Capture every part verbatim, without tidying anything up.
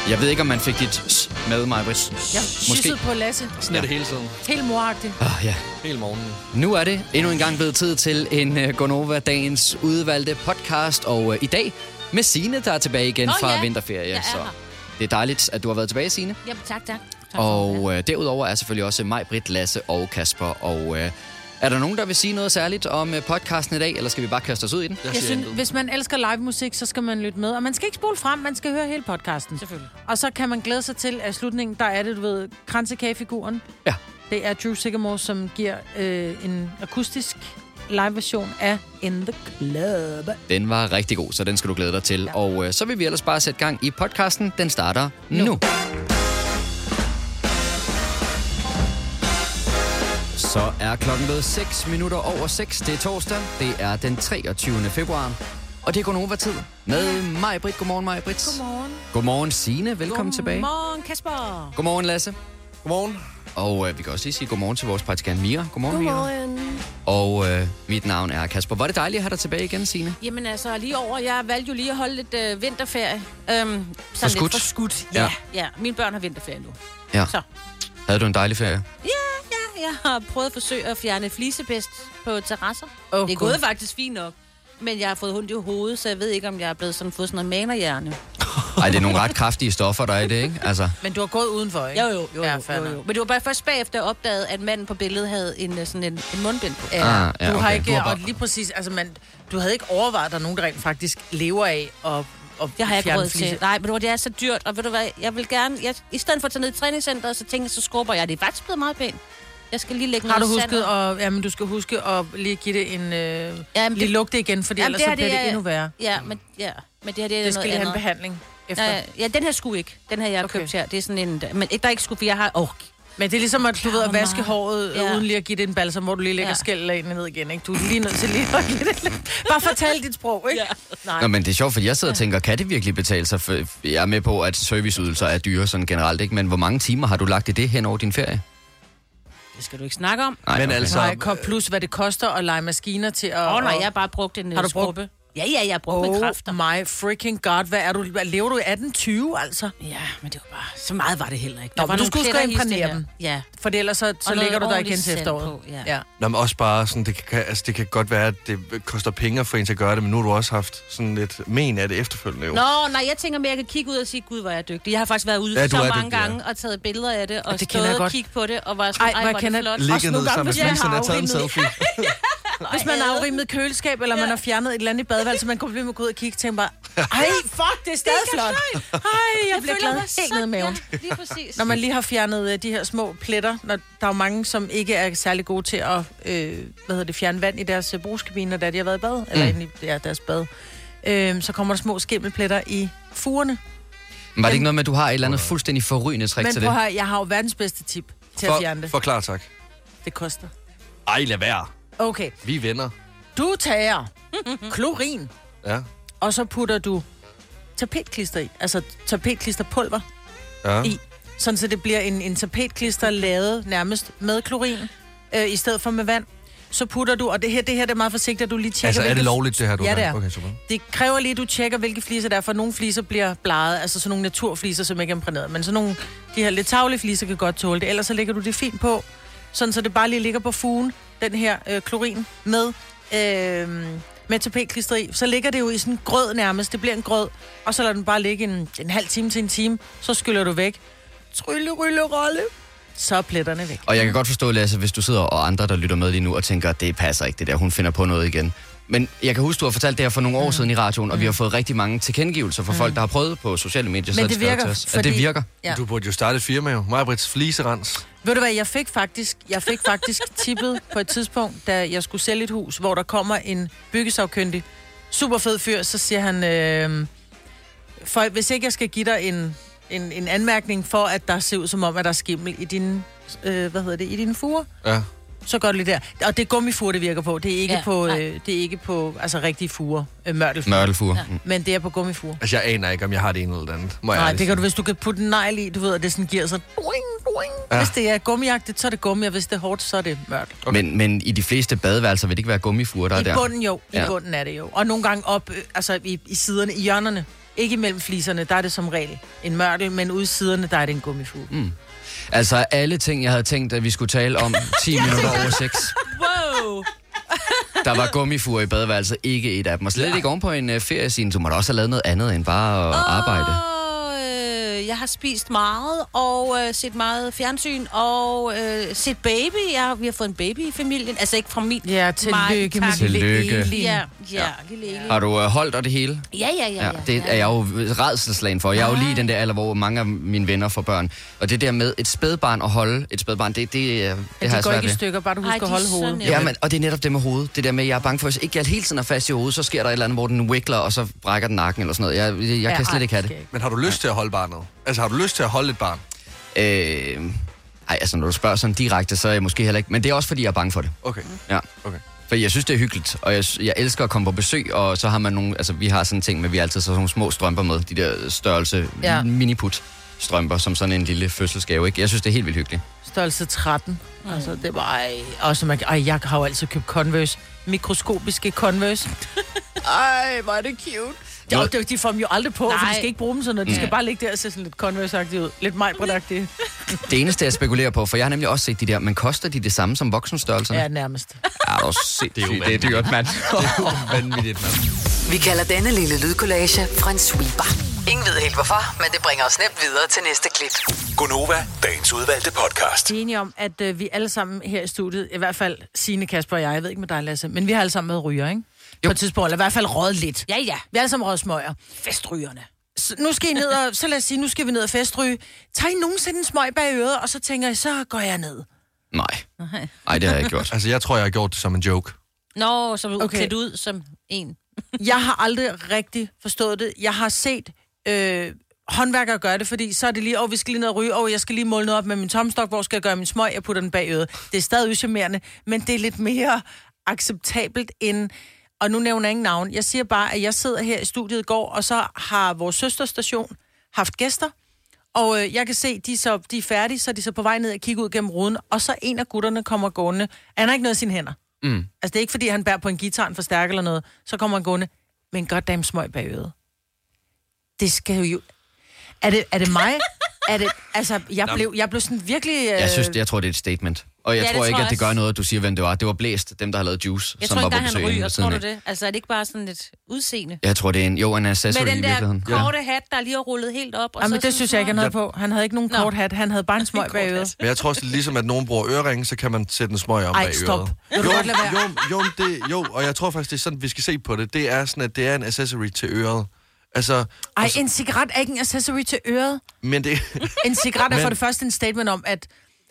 Jeg ved ikke, om man fik dit s med, Maj-Brit. Jeg kyssede på Lasse. Sådan er det hele tiden. Helt moragtigt. Oh, ja. Hele morgenen. Nu er det endnu en gang blevet tid til en uh, Gonova-dagens udvalgte podcast, og uh, i dag med Signe, der er tilbage igen oh, fra ja. vinterferie. Så det er dejligt, at du har været tilbage, Signe. Jamen, tak, tak. tak og uh, derudover er selvfølgelig også Maj-Brit, Lasse og Kasper. Og uh, er der nogen, der vil sige noget særligt om uh, podcasten i dag, eller skal vi bare kaste os ud i den? Jeg, jeg synes, hvis man elsker live musik, så skal man lytte med. Og man skal ikke spole frem, man skal høre hele podcasten. Selvfølgelig. Og så kan man glæde sig til, at slutningen, der er det, du ved, kransekagefiguren. Ja. Det er Drew Sigamore, som giver øh, en akustisk live-version af In The Club. Den var rigtig god, så den skal du glæde dig til. Ja. Og uh, så vil vi ellers bare sætte gang i podcasten. Den starter nu. nu. Så er klokken blevet seks minutter over seks. Det er torsdag. Det er den treogtyvende februar. Og det er Gonova-tid med Maj-Brit. Godmorgen, Maj-Brit. Godmorgen. Godmorgen, Signe. Velkommen Godmorgen, tilbage. Godmorgen, Kasper. Godmorgen, Lasse. Godmorgen. Og øh, vi kan også lige sige godmorgen til vores praktikant Mira. Godmorgen, Godmorgen. Mira. Og øh, mit navn er Kasper. Hvor er det dejligt at have dig tilbage igen, Signe. Jamen altså, lige over. Jeg valgte jo lige at holde lidt øh, vinterferie. Øhm, For skudt? Lidt for skudt. Ja, Ja. ja. Mine børn har vinterferie nu. Ja. Så. Havde du en dejlig ferie? Ja, ja. Jeg har prøvet at forsøge at fjerne flisebest på terrasser. Oh, det er gået faktisk fint nok. Men jeg har fået ondt i hovedet, så jeg ved ikke, om jeg er blevet sådan, fået sådan noget manerhjerne. Ej, det er nogle ret kraftige stoffer, der er i det, ikke? Altså. Men du har gået udenfor, ikke? Jo, jo, jo, Ja, jo, fair jo, nok. jo. Men det var bare først bagefter, jeg opdagede, at manden på billedet havde en, øh, sådan en, en mundbind på. Ja, Ah, ja, du har okay. ikke, Du har bare- og lige præcis, altså man, du havde ikke overvejet, at der er nogen, der rent faktisk lever af at, at Det har jeg ikke fjerne råd flise. til. Nej, men det, var, det er så dyrt, og ved du hvad, jeg vil gerne, jeg, i stedet for at tage ned i træningscenteret, så tænkte jeg, så skubber jeg. Det er faktisk blevet meget pænt. Jeg skal lige lægge Har du noget husket sand at, jamen du skal huske at lige give det en, øh, Jamen, lige det- lugte igen, for Jamen, ellers det så her, bliver det det er- endnu værre. Ja, men, ja, men det her, det er Det skal noget lige have en andet. behandling efter. Ja, ja, den her skulle ikke. Den her, jeg har Okay. købt her. Det er sådan en, men ikke, der er ikke skulle, for jeg har... Åh, Men det er ligesom, at du ved at Klar, vaske meget. håret, Ja. ja. uden lige at give det en balsam, hvor du lige lægger Ja. ja. skældene ned igen, ikke? Du er lige nødt til lige at give det lidt. Bare fortæl dit sprog, ikke? Ja. Nej. Nå, men det er sjovt, for jeg sidder og tænker, kan det virkelig betale sig? For jeg er med på, at serviceydelser er dyre sådan generelt, ikke? Men hvor mange timer har du lagt i det hen over din ferie? det skal du ikke snakke om. Nej, Men okay. altså- Nej, kom plus, hvad det koster at lege maskiner til at... Åh, oh, nej, at- jeg har bare brugt en Har du brugt- skrubbe. Ja, ja, jeg har brugt oh. med kræfter. Oh my freaking god, hvad er du? Hvad, lever du i atten tyve, altså? Ja, men det var bare... Så meget var det heller ikke. Nå, Der var men du nogle skulle pletter sgu i histen imprægnere her. dem. Ja. For ellers så, så Og lægger noget du dig igen ordentligt til sand efteråret. på, ja. ja. Nå, men også bare sådan, det kan, altså, det kan godt være, at det koster penge for en til at gøre det, men nu har du også haft sådan lidt men af det efterfølgende jo. Nå, nej, jeg tænker mere, at jeg kan kigge ud og sige, gud, hvor er jeg dygtig. Jeg har faktisk været ude Ja, ja, du så er mange dygtig, ja. gange og taget billeder af det, og det kender jeg stået og godt. kigget på det, og var sådan, Ej, ej, hvor hvor er kender- det flot. Også Ligge nogle ned gange, sammen med hvis man fliserne har og taget en afrimet- selfie. Hvis man har afrimet køleskab, eller man har fjernet et eller andet i badeværelset, man kunne blive med at gå ud og kigge, tænke bare, ej, fuck, det er stadig flot. Ej, jeg bliver glad helt ned i maven. Ja, lige præcis. Når man lige har fjernet øh, de her små pletter, når der er jo mange, som ikke er særlig gode til at øh, hvad hedder det, fjerne vand i deres øh, brugskabiner, da de har været i bad, eller inde i ja, deres bad, øh, så kommer der små skimmelpletter i furene. Men var det ikke noget med, at du har et eller andet fuldstændig forrygende trick Men til prøv det? at høre, jeg har jo verdens bedste tip til at fjerne For, det. forklar tak. Det koster. Ej, lad være. Okay, Vi er venner. du tager klorin, Ja. og så putter du tapetklister i, altså tapetklisterpulver Ja. i, sådan så det bliver en, en tapetklister lavet nærmest med klorin, øh, i stedet for med vand. Så putter du, og det her, det her det er meget forsigtigt, at du lige tjekker, Altså, er det hvilke- lovligt, det her, du Ja, gør? det er. Okay, super. Det kræver lige, at du tjekker, hvilke fliser der er, for nogle fliser bliver bladet, altså sådan nogle naturfliser, som ikke er imprægneret, men sådan nogle, de her lidt tavlige fliser kan godt tåle det, ellers så lægger du det fint på, sådan så det bare lige ligger på fugen, den her øh, klorin, med, øh, med tapetklister i. Så ligger det jo i sådan en grød nærmest, det bliver en grød, og så lader den bare ligge en, en halv time til en time, så skyller du væk. Trylle, rylle, rolle. Så er pletterne væk. Og jeg kan godt forstå, Lasse, hvis du sidder og andre, der lytter med lige nu og tænker, at det passer ikke, det der, hun finder på noget igen. Men jeg kan huske, du har fortalt det her for nogle år mm. siden i radioen, og mm. vi har fået rigtig mange tilkendegivelser fra mm. folk, der har prøvet på sociale medier. så Men har de det skrevet virker, til os, at fordi- det virker. Ja. Du burde jo starte et firma jo. Maj-Brits fliserens. Ved du hvad, jeg fik faktisk, jeg fik faktisk tippet på et tidspunkt, da jeg skulle sælge et hus, hvor der kommer en byggesagkyndig, super fed fyr, så siger han, øh, for hvis ikke jeg skal give dig en, en, en anmærkning for, at der ser ud som om, at der er skimmel i dine, øh, hvad hedder det, i dine fuger, Ja. så gør du lige der. Og det er gummifuger, det virker på. Det er ikke Ja, på, nej. øh, det er ikke på altså rigtige fuger, øh, mørtelfuger. Mørtelfur. Ja. Mm. Men det er på gummifuger. Altså, jeg aner ikke, om jeg har det ene eller det andet. Må jeg Nej, ærligt det kan du, sige. hvis du kan putte en negl i, du ved, at det sådan giver så... Doing, doing. Ja. Hvis det er gummiagtigt, så er det gummi, og hvis det er hårdt, så er det mørkt. Okay. Men, men i de fleste badeværelser vil det ikke være gummifure, der er I der. bunden jo, i Ja. bunden er det jo. Og nogle gange op, øh, altså i, i siderne, i hjørnerne. Ikke imellem fliserne, der er det som regel en mørtel, men ude i siderne, der er det en gummifugl. Mm. Altså alle ting, jeg havde tænkt, at vi skulle tale om ti minutter over seks. Wow! Der var gummifuger i badeværelset, ikke et af dem. Og slet ja. ikke oven på en uh, feriescene, så må du også have lavet noget andet end bare at oh, arbejde. Øh, jeg har spist meget, og øh, set meget fjernsyn, og øh, set baby. Jeg, vi har fået en baby i familien. Altså ikke fra min... Ja, tillykke med Tillykke. lille Elin. Ja, ja, lille Elin. Har du uh, holdt og det hele? Ja, ja, ja. ja, det er jeg jo rædselslagen for. Jeg er jo lige i den der alder, hvor mange af mine venner får børn. Og det der med et spædbarn at holde et spædbarn, det, det, det, det ja, har jeg jeg går svært ikke i ved. stykker, bare du husker Ej, at holde hovedet. Ja, men, og det er netop det med hovedet. Det der med, at jeg er bange for, hvis ikke jeg hele tiden er fast i hovedet, så sker der et eller andet, hvor den wiggler, og så brækker den nakken eller sådan noget. Jeg, jeg, jeg ja, kan slet ej, ikke have det. Men har du lyst til at holde barnet? Altså, har du lyst til at holde et barn? Øh, ej, altså når du spørger sådan direkte, så er jeg måske heller ikke. Men det er også, fordi jeg er bange for det. Okay. Ja. Okay. For jeg synes, det er hyggeligt, og jeg, jeg elsker at komme på besøg, og så har man nogle, altså vi har sådan en ting med, vi har altid så sådan nogle små strømper med, de der størrelse Ja. miniput strømper, som sådan en lille fødselsgave, ikke? Jeg synes, det er helt vildt hyggeligt. Størrelse tretten. Mm. Altså, det var... Ej, også, man, ej, jeg har jo altid købt Converse. Mikroskopiske Converse. Ej, hvor er det cute. Ja, de, de får dem jo aldrig på, Nej. for de skal ikke bruge dem sådan noget. De skal Mm. bare ligge der og se sådan lidt Converse-agtigt ud. Lidt Majbrit-agtigt. Det eneste, jeg spekulerer på, for jeg har nemlig også set de der, men koster de det samme som voksenstørrelserne? Ja, nærmest. Ja, det er sindssygt. Det er, jo det er dyrt, mand. Det er jo vanvittigt, mand. Vi kalder denne lille lydkollage en sweeper. Ingen ved helt hvorfor, men det bringer os nemt videre til næste klip. Gonova, dagens udvalgte podcast. Vi er enige om, at øh, vi alle sammen her i studiet, i hvert fald Signe, Kasper og jeg, jeg ved ikke med dig, Lasse, men vi har alle sammen med ryger, ikke? Jo. På et tidspunkt, eller i hvert fald røget lidt. Ja, ja. Vi har alle sammen røget smøger. Festrygerne. Så nu skal I ned og, så lad os sige, nu skal vi ned og festryge. Tager I nogensinde en smøg bag øret, og så tænker I, så går jeg ned. Nej. Nej, det har jeg ikke gjort. Altså, jeg tror, jeg har gjort det som en joke. Nå, så er du Okay. okay. klædt ud som en. Jeg har aldrig rigtig forstået det. Jeg har set øh, håndværkere gøre det, fordi så er det lige, åh, vi skal lige ned og ryge, åh, jeg skal lige måle noget op med min tomstok, hvor skal jeg gøre min smøg, jeg putter den bag øret. Det er stadig uschammerende, men det er lidt mere acceptabelt end... Og nu nævner jeg ingen navn. Jeg siger bare, at jeg sidder her i studiet i går, og så har vores søsterstation haft gæster, og øh, jeg kan se, de, så, de er færdige, så er de så på vej ned og kigger ud gennem ruden, og så en af gutterne kommer gående. Han har ikke noget i sine hænder. Mm. Altså, det er ikke, fordi han bærer på en guitar, en forstærker eller noget. Så kommer han gående med en goddamn smøg bag øret. Det skal jo... Er det, er det mig? er det... Altså, jeg blev, jeg blev sådan virkelig... Øh... Jeg synes, jeg tror, det er et statement. Og jeg Ja, ja, det tror tror ikke, jeg at det også. gør noget, at du siger, hvem det var. Det var Blæst, dem, der har lavet Juice, Jeg som tror var ikke, på at han besøg ryger, inde ved tror siden du af. det? Altså, er det ikke bare sådan et udseende? Jeg tror, det er en, jo, en accessory Med i den der virkeligheden. korte hat, der lige er rullet helt op. Og Jamen, så det sådan synes jeg ikke, han havde Ja. på. Han havde ikke nogen Nå. kort hat. Han havde bare en smøg Kort bag hat. øret. Men jeg tror også, ligesom at nogen bruger øreringe, så kan man sætte en smøg om Ej, bag stop. øret. Vil du godt lade være? Jo, jo, det, jo, og jeg tror faktisk, det er sådan, vi skal se på det. Det er sådan, at det er en accessory til øret. Altså, Ej, altså, en cigaret er ikke en accessory til øret. men det... En cigaret er Men- for det første en statement om, at...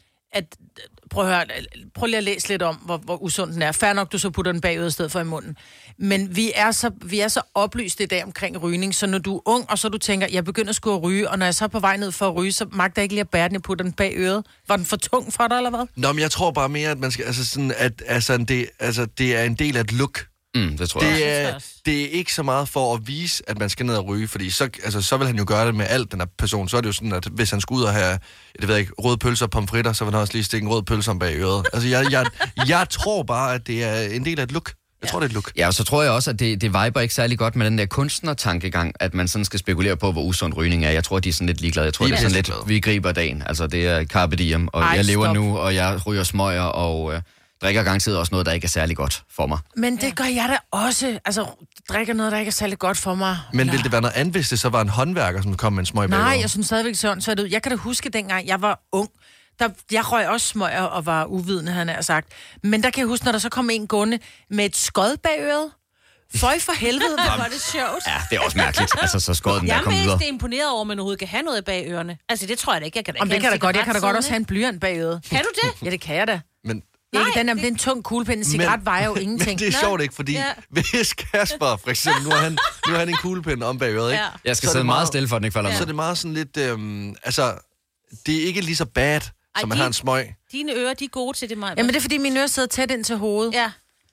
at prøv at høre, prøv lige at læse lidt om, hvor, hvor usund den er. Fair nok, du så putter den bagud i stedet for i munden. Men vi er så, vi er så oplyst i dag omkring rygning, så når du er ung, og så du tænker, jeg begynder sgu at ryge, og når jeg så er på vej ned for at ryge, så magter jeg ikke lige at bære den, jeg putter den bag øret. Var den for tung for dig, eller hvad? Nå, men jeg tror bare mere, at man skal... Altså, sådan, at, altså, det, altså, det er en del af et look. Mm, det tror jeg også. Det jeg er, også. det er ikke så meget for at vise, at man skal ned og ryge, fordi så, altså, så vil han jo gøre det med alt, den her person. Så er det jo sådan, at hvis han skulle ud og have, det ved jeg ikke, røde pølser og pomfritter, så vil han også lige stikke en rød pølse om bag øret. Altså, jeg, jeg, jeg tror bare, at det er en del af et look. Jeg ja. tror, det er et look. Ja, og så tror jeg også, at det, det viber ikke særlig godt med den der kunstnertankegang, at man sådan skal spekulere på, hvor usund rygning er. Jeg tror, de er sådan lidt ligeglade. Jeg tror, De det er er sådan lidt, ligeglade. vi griber dagen. Altså, det er carpe diem, og Ej, jeg lever stop. nu, og jeg ryger smøger, og øh, drikker garanteret også noget, der ikke er særlig godt for mig. Men det gør jeg da også. Altså, drikker noget, der ikke er særlig godt for mig. Men ville det være noget andet, hvis det så var en håndværker, som kom med en smøg bag Nej, øret? jeg synes stadigvæk sådan, så er det ud. Jeg kan da huske, dengang jeg var ung, der, jeg røg også smøger og var uvidende, han har sagt. Men der kan jeg huske, når der så kom en gående med et skod bag øret. Føj for helvede, hvor var det sjovt. Ja, det er også mærkeligt. Altså, så skåret den der Jeg er kom videre. mest imponeret over, at man overhovedet kan have noget bag ørerne. Altså, det tror jeg da ikke. Jeg kan da Om ikke det kan have da en godt. Jeg kan da cigaret godt også have siddende. en blyant bag øret. Kan du det? Ja, det kan jeg da. Men, Nej, Nej, den er, det er en tung kuglepind. En cigaret vejer jo ingenting. men det er Nå. sjovt ikke, fordi Ja. hvis Kasper, for eksempel, nu har han, nu har han en kuglepind om bag øret, ikke? Ja. Jeg skal Så er sidde det meget meget- stille, for at den ikke falder Så er ned. det meget sådan lidt, øhm, altså, det er ikke lige så bad, Ej, som man de- har en smøg. Dine ører, de er gode til det, Maja. Jamen, det er fordi, mine ører sidder tæt ind til hovedet. Ja.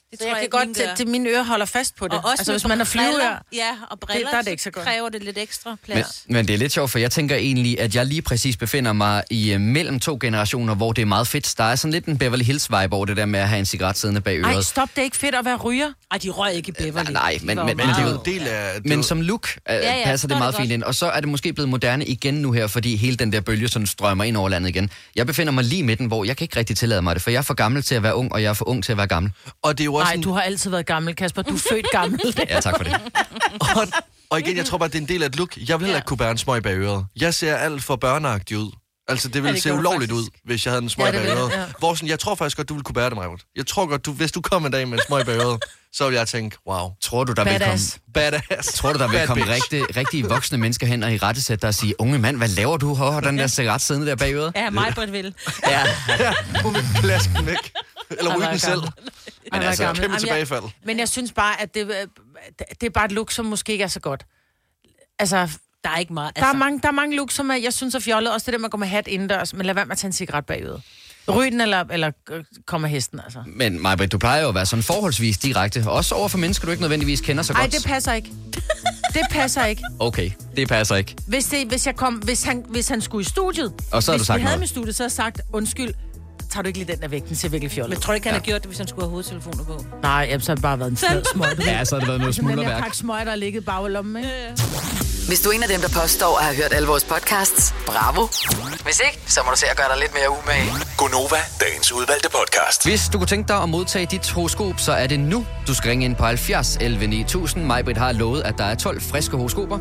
Det Så tror jeg kan ikke, godt, mine gør. til, til mine ører holder fast på det. Og også Altså, med hvis man er flyver, briller. Ja, og briller, det, der er det ikke så godt. kræver det lidt ekstra Men, plads. men det er lidt sjovt, for jeg tænker egentlig, at jeg lige præcis befinder mig i uh, mellem to generationer, hvor det er meget fedt. Der er sådan lidt en Beverly Hills-vibe over det der med at have en cigaret siddende bag øret. Ej, stop, det er ikke fedt at være ryger. Ej, de røg ikke i Beverly. Nej, nej, men, De var men, Men men, det er jo det, en del af... men som look uh, ja, ja, passer det forstår meget det fint godt. ind. Og så er det måske blevet moderne igen nu her, fordi hele den der bølge sådan strømmer ind over landet igen. Jeg befinder mig lige i midten, hvor jeg kan ikke rigtig tillade mig det, for jeg er for gammel til at være ung, og jeg er for ung til at være gammel. Og det er jo også Nej, en... du har altid været gammel, Kasper. Du er født gammel. Ja, tak for det. og, og igen, jeg tror bare, det er en del af et look. Jeg vil heller ikke kunne bære en smøg bag øret. Jeg ser alt for børneagtig ud. Altså, det ville Ja, det se gør du ulovligt faktisk. ud, hvis jeg havde en smøg Ja, bag det vil øret. jeg, ja. Hvor sådan, jeg tror faktisk godt, du ville kunne bære det, Majbert. Jeg tror godt, du, hvis du kom en dag med en smøg bag øret, så ville jeg tænke, wow, Tror du, der vil komme... Badass. badass. Tror du, der vil Bad komme bitch. rigtig, rigtige voksne mennesker hen og i rettesæt der og sige, unge mand, hvad laver du? Har den der cigaret siddende der bag øret? Ja, mig, Britt, vil. Ja. Ja, hun vil plaske den væk. Eller Ej, ryge hvor den er selv. gammel. Men Ej, altså, hvor er gammel. Kæmpe Jamen, jeg- tilbagefald. Men jeg synes bare, at det, øh, det er bare et look, som måske ikke er så godt. Altså, Der er ikke meget. der, er mange, der er mange looks, som er, jeg synes er fjollet. Også det der med at gå med hat indendørs. Men lad være med at tage en cigaret bagud. Ryg den, eller, eller øh, kom med hesten, altså. Men Majbrit, du plejer jo at være sådan forholdsvis direkte. Også over for mennesker, du ikke nødvendigvis kender så godt. Nej, det passer ikke. Det passer ikke. Okay, det passer ikke. Hvis, det, hvis, jeg kom, hvis, han, hvis han skulle i studiet, Og så har hvis du sagt vi havde noget. med studiet, så havde jeg sagt, undskyld, tager du ikke lige den der væk, den ser virkelig fjollet. Men tror du ikke, han har gjort det, hvis han skulle have hovedtelefoner på? Nej, jamen, så har det bare været en flad smøg. Ja, så har det været noget Som den der smulderværk. pakke smøg, der er ligget bag i lommen, ikke? Hvis du er en af dem, der påstår at have hørt alle vores podcasts, bravo. Hvis ikke, så må du se at gøre dig lidt mere umage. Gonova, dagens udvalgte podcast. Hvis du kunne tænke dig at modtage dit horoskop, så er det nu, du skal ringe ind på halvfjerds elleve ni tusind. Majbrit har lovet, at der er tolv friske horoskoper.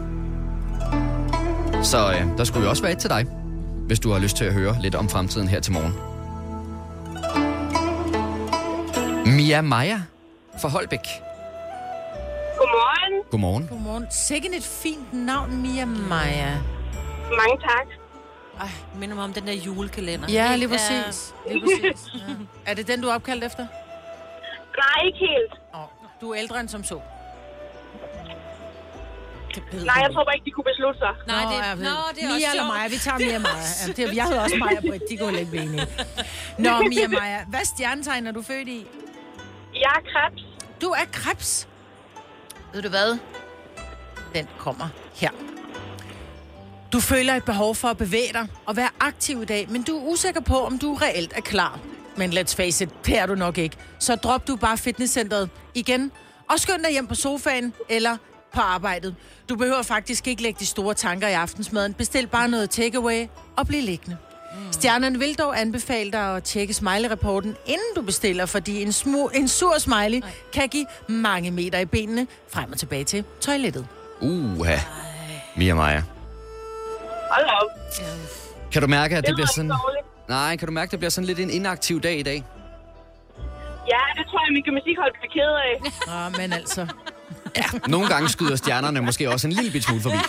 Så øh, der skulle jo også være et til dig, hvis du har lyst til at høre lidt om fremtiden her til morgen. Mia Maja fra Holbæk. Godmorgen. Godmorgen. Godmorgen. Sikke et fint navn, Mia Maja. Mange tak. Ej, det minder mig om den der julekalender. Ja, lige præcis. Lige præcis. Ja. Er det den, du er opkaldt efter? Nej, ikke helt. Oh, du er ældre end som så. Nej, jeg tror bare ikke, de kunne beslutte sig. Nej, det, jeg ved. nå, det er Mia også eller sjovt. Maja, vi tager Mia Maja. Ja, det, jeg hedder også Maja Britt, de går lidt enige. Nå, Mia Maja, hvad stjernetegn er du født i? Jeg er krebs. Du er krebs. Ved du hvad? Den kommer her. Du føler et behov for at bevæge dig og være aktiv i dag, men du er usikker på, om du reelt er klar. Men let's face it, det er du nok ikke. Så drop du bare fitnesscenteret igen, og skynd dig hjem på sofaen eller på arbejdet. Du behøver faktisk ikke lægge de store tanker i aftensmaden. Bestil bare noget takeaway og bliv liggende. Mm. Stjernerne vil dog anbefale dig at tjekke smiley-rapporten, inden du bestiller, fordi en, smu, en sur smiley Ej. kan give mange meter i benene frem og tilbage til toilettet. Uha. Mia Maja. Hold op. Kan du mærke, at det, Det bliver var sådan... ikke dårligt. Nej, kan du mærke, at det bliver sådan lidt en inaktiv dag i dag? Ja, det tror jeg, min gymnastikhold bliver ked af. Nå, men altså... Nogle gange skyder stjernerne måske også en lille bit smule forbi.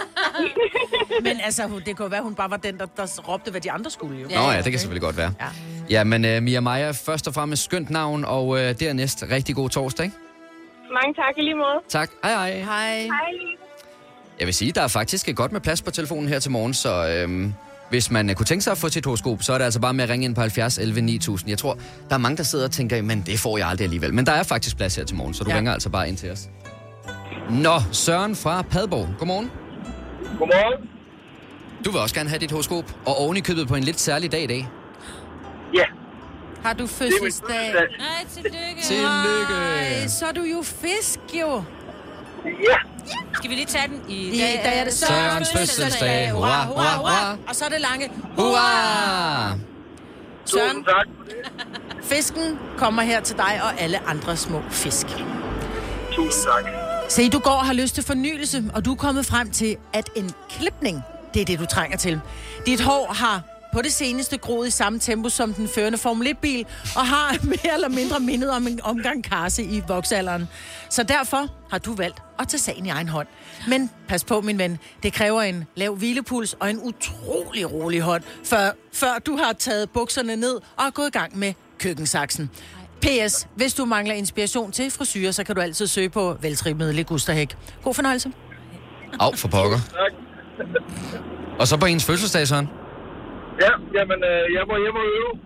Men altså, hun- det kunne være, hun bare var den, der, der råbte, hvad de andre skulle jo. Nå ja, det kan selvfølgelig godt være. Ja. Ja, men uh, Mia Maja, først og fremmest skønt navn, og uh, dernæst rigtig god torsdag. Mange tak i lige måde. Tak. Hej hej. Hej. Hej. Jeg vil sige, der er faktisk godt med plads på telefonen her til morgen, så øhm, hvis man uh, kunne tænke sig at få sit horoskop, så er det altså bare med at ringe ind på halvfjerds elleve ni tusind. Jeg tror, der er mange, der sidder og tænker, men det får jeg aldrig alligevel. Men der er faktisk plads her til morgen, så du ja. Ja. ringer altså bare ind til os. Nå, Søren fra Padborg. Godmorgen. Godmorgen. Du vil også gerne have dit horoskop, og oven i købet på en lidt særlig dag i dag. Ja, Har du det er min fødselsdag? fødselsdag. Nej, tillykke. Tillykke. Ej, så er du jo fisk, jo. Ja, Skal vi lige tage den i I dag er det Sørens fødselsdag. Hurra, hurra, hurra. Og så er det lange. Hurra! Søren, tusind tak for det. fisken kommer her til dig og alle andre små fisk. Tusind tak. Se, du går og har lyst til fornyelse, og du er kommet frem til, at en klipning, det er det, du trænger til. Dit hår har på det seneste groet i samme tempo som den førende Formel et-bil, og har mere eller mindre mindet om en omgang karse i voksalderen. Så derfor har du valgt at tage sagen i egen hånd. Men pas på, min ven, det kræver en lav hvilepuls og en utrolig rolig hånd, før, før du har taget bukserne ned og er gået i gang med køkkensaksen. P S. Hvis du mangler inspiration til frisyrer, så kan du altid søge på veltrimmede Ligusterhæk. God fornøjelse. Au, for pokker. Tak. Og så på ens fødselsdag, Søren. Ja, jamen, øh, jeg må hjem og øve.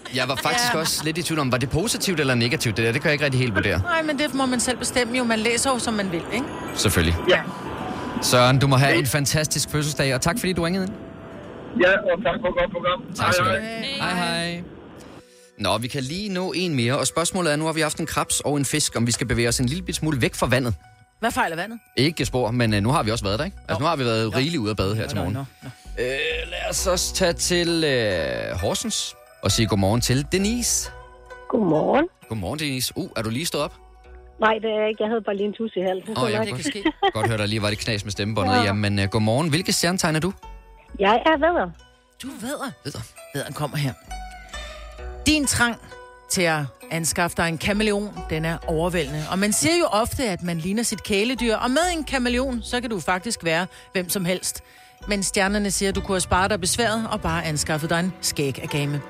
Jeg var faktisk ja. også lidt i tvivl om, var det positivt eller negativt, det der? Det kan jeg ikke rigtig helt vurdere. Nej, men det må man selv bestemme jo. Man læser jo, som man vil, ikke? Selvfølgelig. Ja. Søren, du må have en fantastisk fødselsdag, og tak fordi du ringede ind. Ja, og tak for et godt program. Tak skal du have. Hej, Hej, hej. Nå, vi kan lige nå en mere, og spørgsmålet er, nu har vi haft en krebs og en fisk, om vi skal bevæge os en lille bit smule væk fra vandet. Hvad fejler vandet? Ikke spor, men uh, nu har vi også været der, ikke? Altså, nu har vi været rigeligt ude at bade her til morgen. Nå, nå, nå. Øh, lad os også tage til øh, Horsens og sige godmorgen til Denise. Godmorgen. Godmorgen, Denise. Uh, er du lige stået op? Nej, det er jeg ikke. Jeg havde bare lige en tus i halsen. Åh, oh, jeg det kan ske. godt høre, der lige var det knas med stemmebåndet. Ja. Jamen, uh, godmorgen. Hvilke stjernetegn er du? Jeg er vædder. Du ved Vædder. Vædderen kommer her. Din trang til at anskaffe dig en kameleon, den er overvældende. Og man siger jo ofte, at man ligner sit kæledyr, og med en kameleon, så kan du faktisk være hvem som helst. Men stjernerne siger, at du kunne have sparet dig besværet og bare anskaffet dig en skægagame.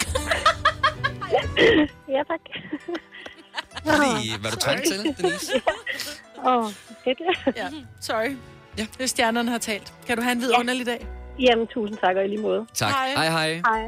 Ja, tak. Lige, hvad du trang til, Denise? Åh, oh, fedt. Ja, sorry. Ja. Det er stjernerne har talt. Kan du have en vidunderlig dag? Jamen, tusind tak og i lige måde. Tak. Hej. Hej, hej. Hej.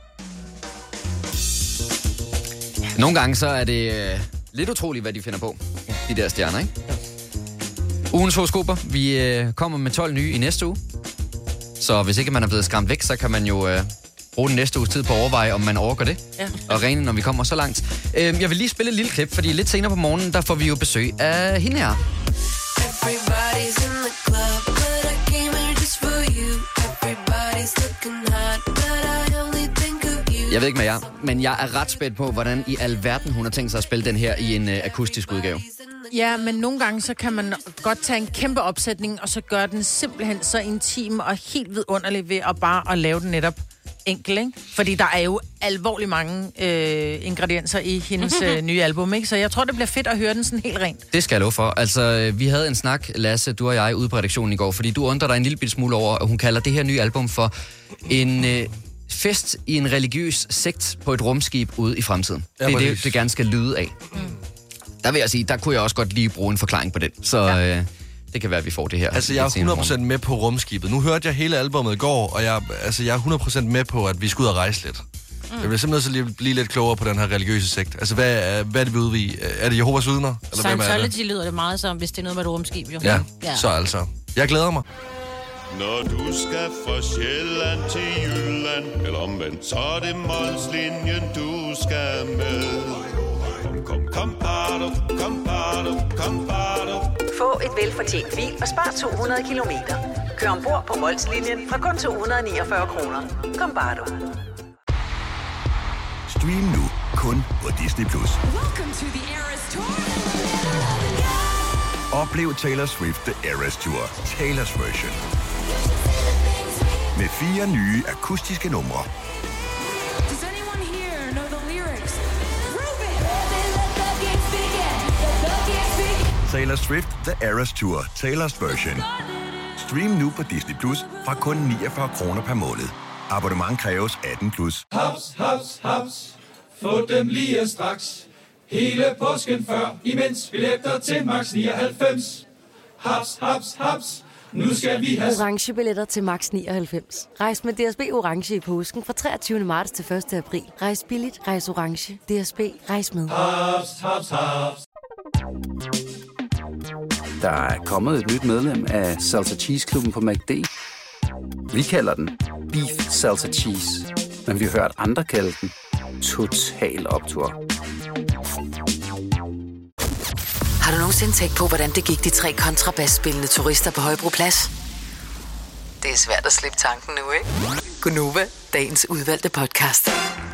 Nogle gange så er det øh, lidt utroligt, hvad de finder på, de der stjerner, ikke? Ugens horoskoper. Vi øh, kommer med tolv nye i næste uge. Så hvis ikke man er blevet skræmt væk, så kan man jo øh, bruge den næste uges tid på at overveje, om man overgår det. Ja. Og rene, når vi kommer så langt. Øh, jeg vil lige spille et lille klip, fordi lidt senere på morgenen, der får vi jo besøg af hende her. Everybody's in the club, but I came here just for you. Everybody's looking hot, but I only think of you. Jeg ved ikke med jer, men jeg er ret spændt på, hvordan i alverden hun har tænkt sig at spille den her i en øh, akustisk udgave. Ja, men nogle gange så kan man godt tage en kæmpe opsætning, og så gøre den simpelthen så intim og helt vidunderlig ved at bare at lave den netop enkel, ikke? Fordi der er jo alvorligt mange øh, ingredienser i hendes øh, nye album, ikke? Så jeg tror, det bliver fedt at høre den sådan helt rent. Det skal jeg love for. Altså, vi havde en snak, Lasse, du og jeg, ude på redaktionen i går, fordi du undrer dig en lille bitte smule over, at hun kalder det her nye album for en øh, fest i en religiøs sekt på et rumskib ude i fremtiden. Ja, det er det, det gerne skal lyde af. Mm. Der vil jeg sige, der kunne jeg også godt lige bruge en forklaring på den. Så ja. øh, det kan være, at vi får det her. Altså, jeg er hundrede procent med på rumskibet. Nu hørte jeg hele albumet i går, og jeg, altså, jeg er hundrede procent med på, at vi skal ud og rejse lidt. Mm. Jeg bliver simpelthen nødt til at blive lidt klogere på den her religiøse sekt. Altså, hvad, hvad er det, vi ude i? Er det Jehovas vidner? Scientology lyder det meget som, hvis det er noget med et rumskib, jo. Ja, ja, så altså. Jeg glæder mig. Når du skal fra Sjælland til Jylland, eller omvendt, så er det Molslinjen, du skal med. Kom, kom, kom, bado, kom, bado, kom, bado. Få et velfortjent bil og spar to hundrede kilometer. Kør ombord på Molslinjen fra kun to hundrede niogfyrre kroner. Kom, bado. Stream nu kun på Disney plus. Oplev Taylor Swift The Eras Tour, Taylor's version. Med fire nye akustiske numre. Taylor Swift The Eras Tour, Taylor's version. Stream nu på Disney plus fra kun niogfyrre kroner per måned. Abonnement kræves atten plus. Haps, haps, haps. Få dem lige straks. Hele påsken før, imens billetter til max nioghalvfems. Haps, haps, haps. Nu skal vi have orange billetter til max nioghalvfems. Rejs med D S B orange i påsken fra treogtyvende marts til første april. Rejs billigt, rejs orange. D S B, rejs med. haps, haps, haps. Der er kommet et nyt medlem af Salsa Cheese Klubben på McD. Vi kalder den Beef Salsa Cheese, men vi har hørt andre kalde den Total Optur. Har du nogensinde tænkt på, hvordan det gik de tre kontrabasspillende turister på Højbroplads? Det er svært at slippe tanken nu, ikke? Gunova, dagens udvalgte podcast.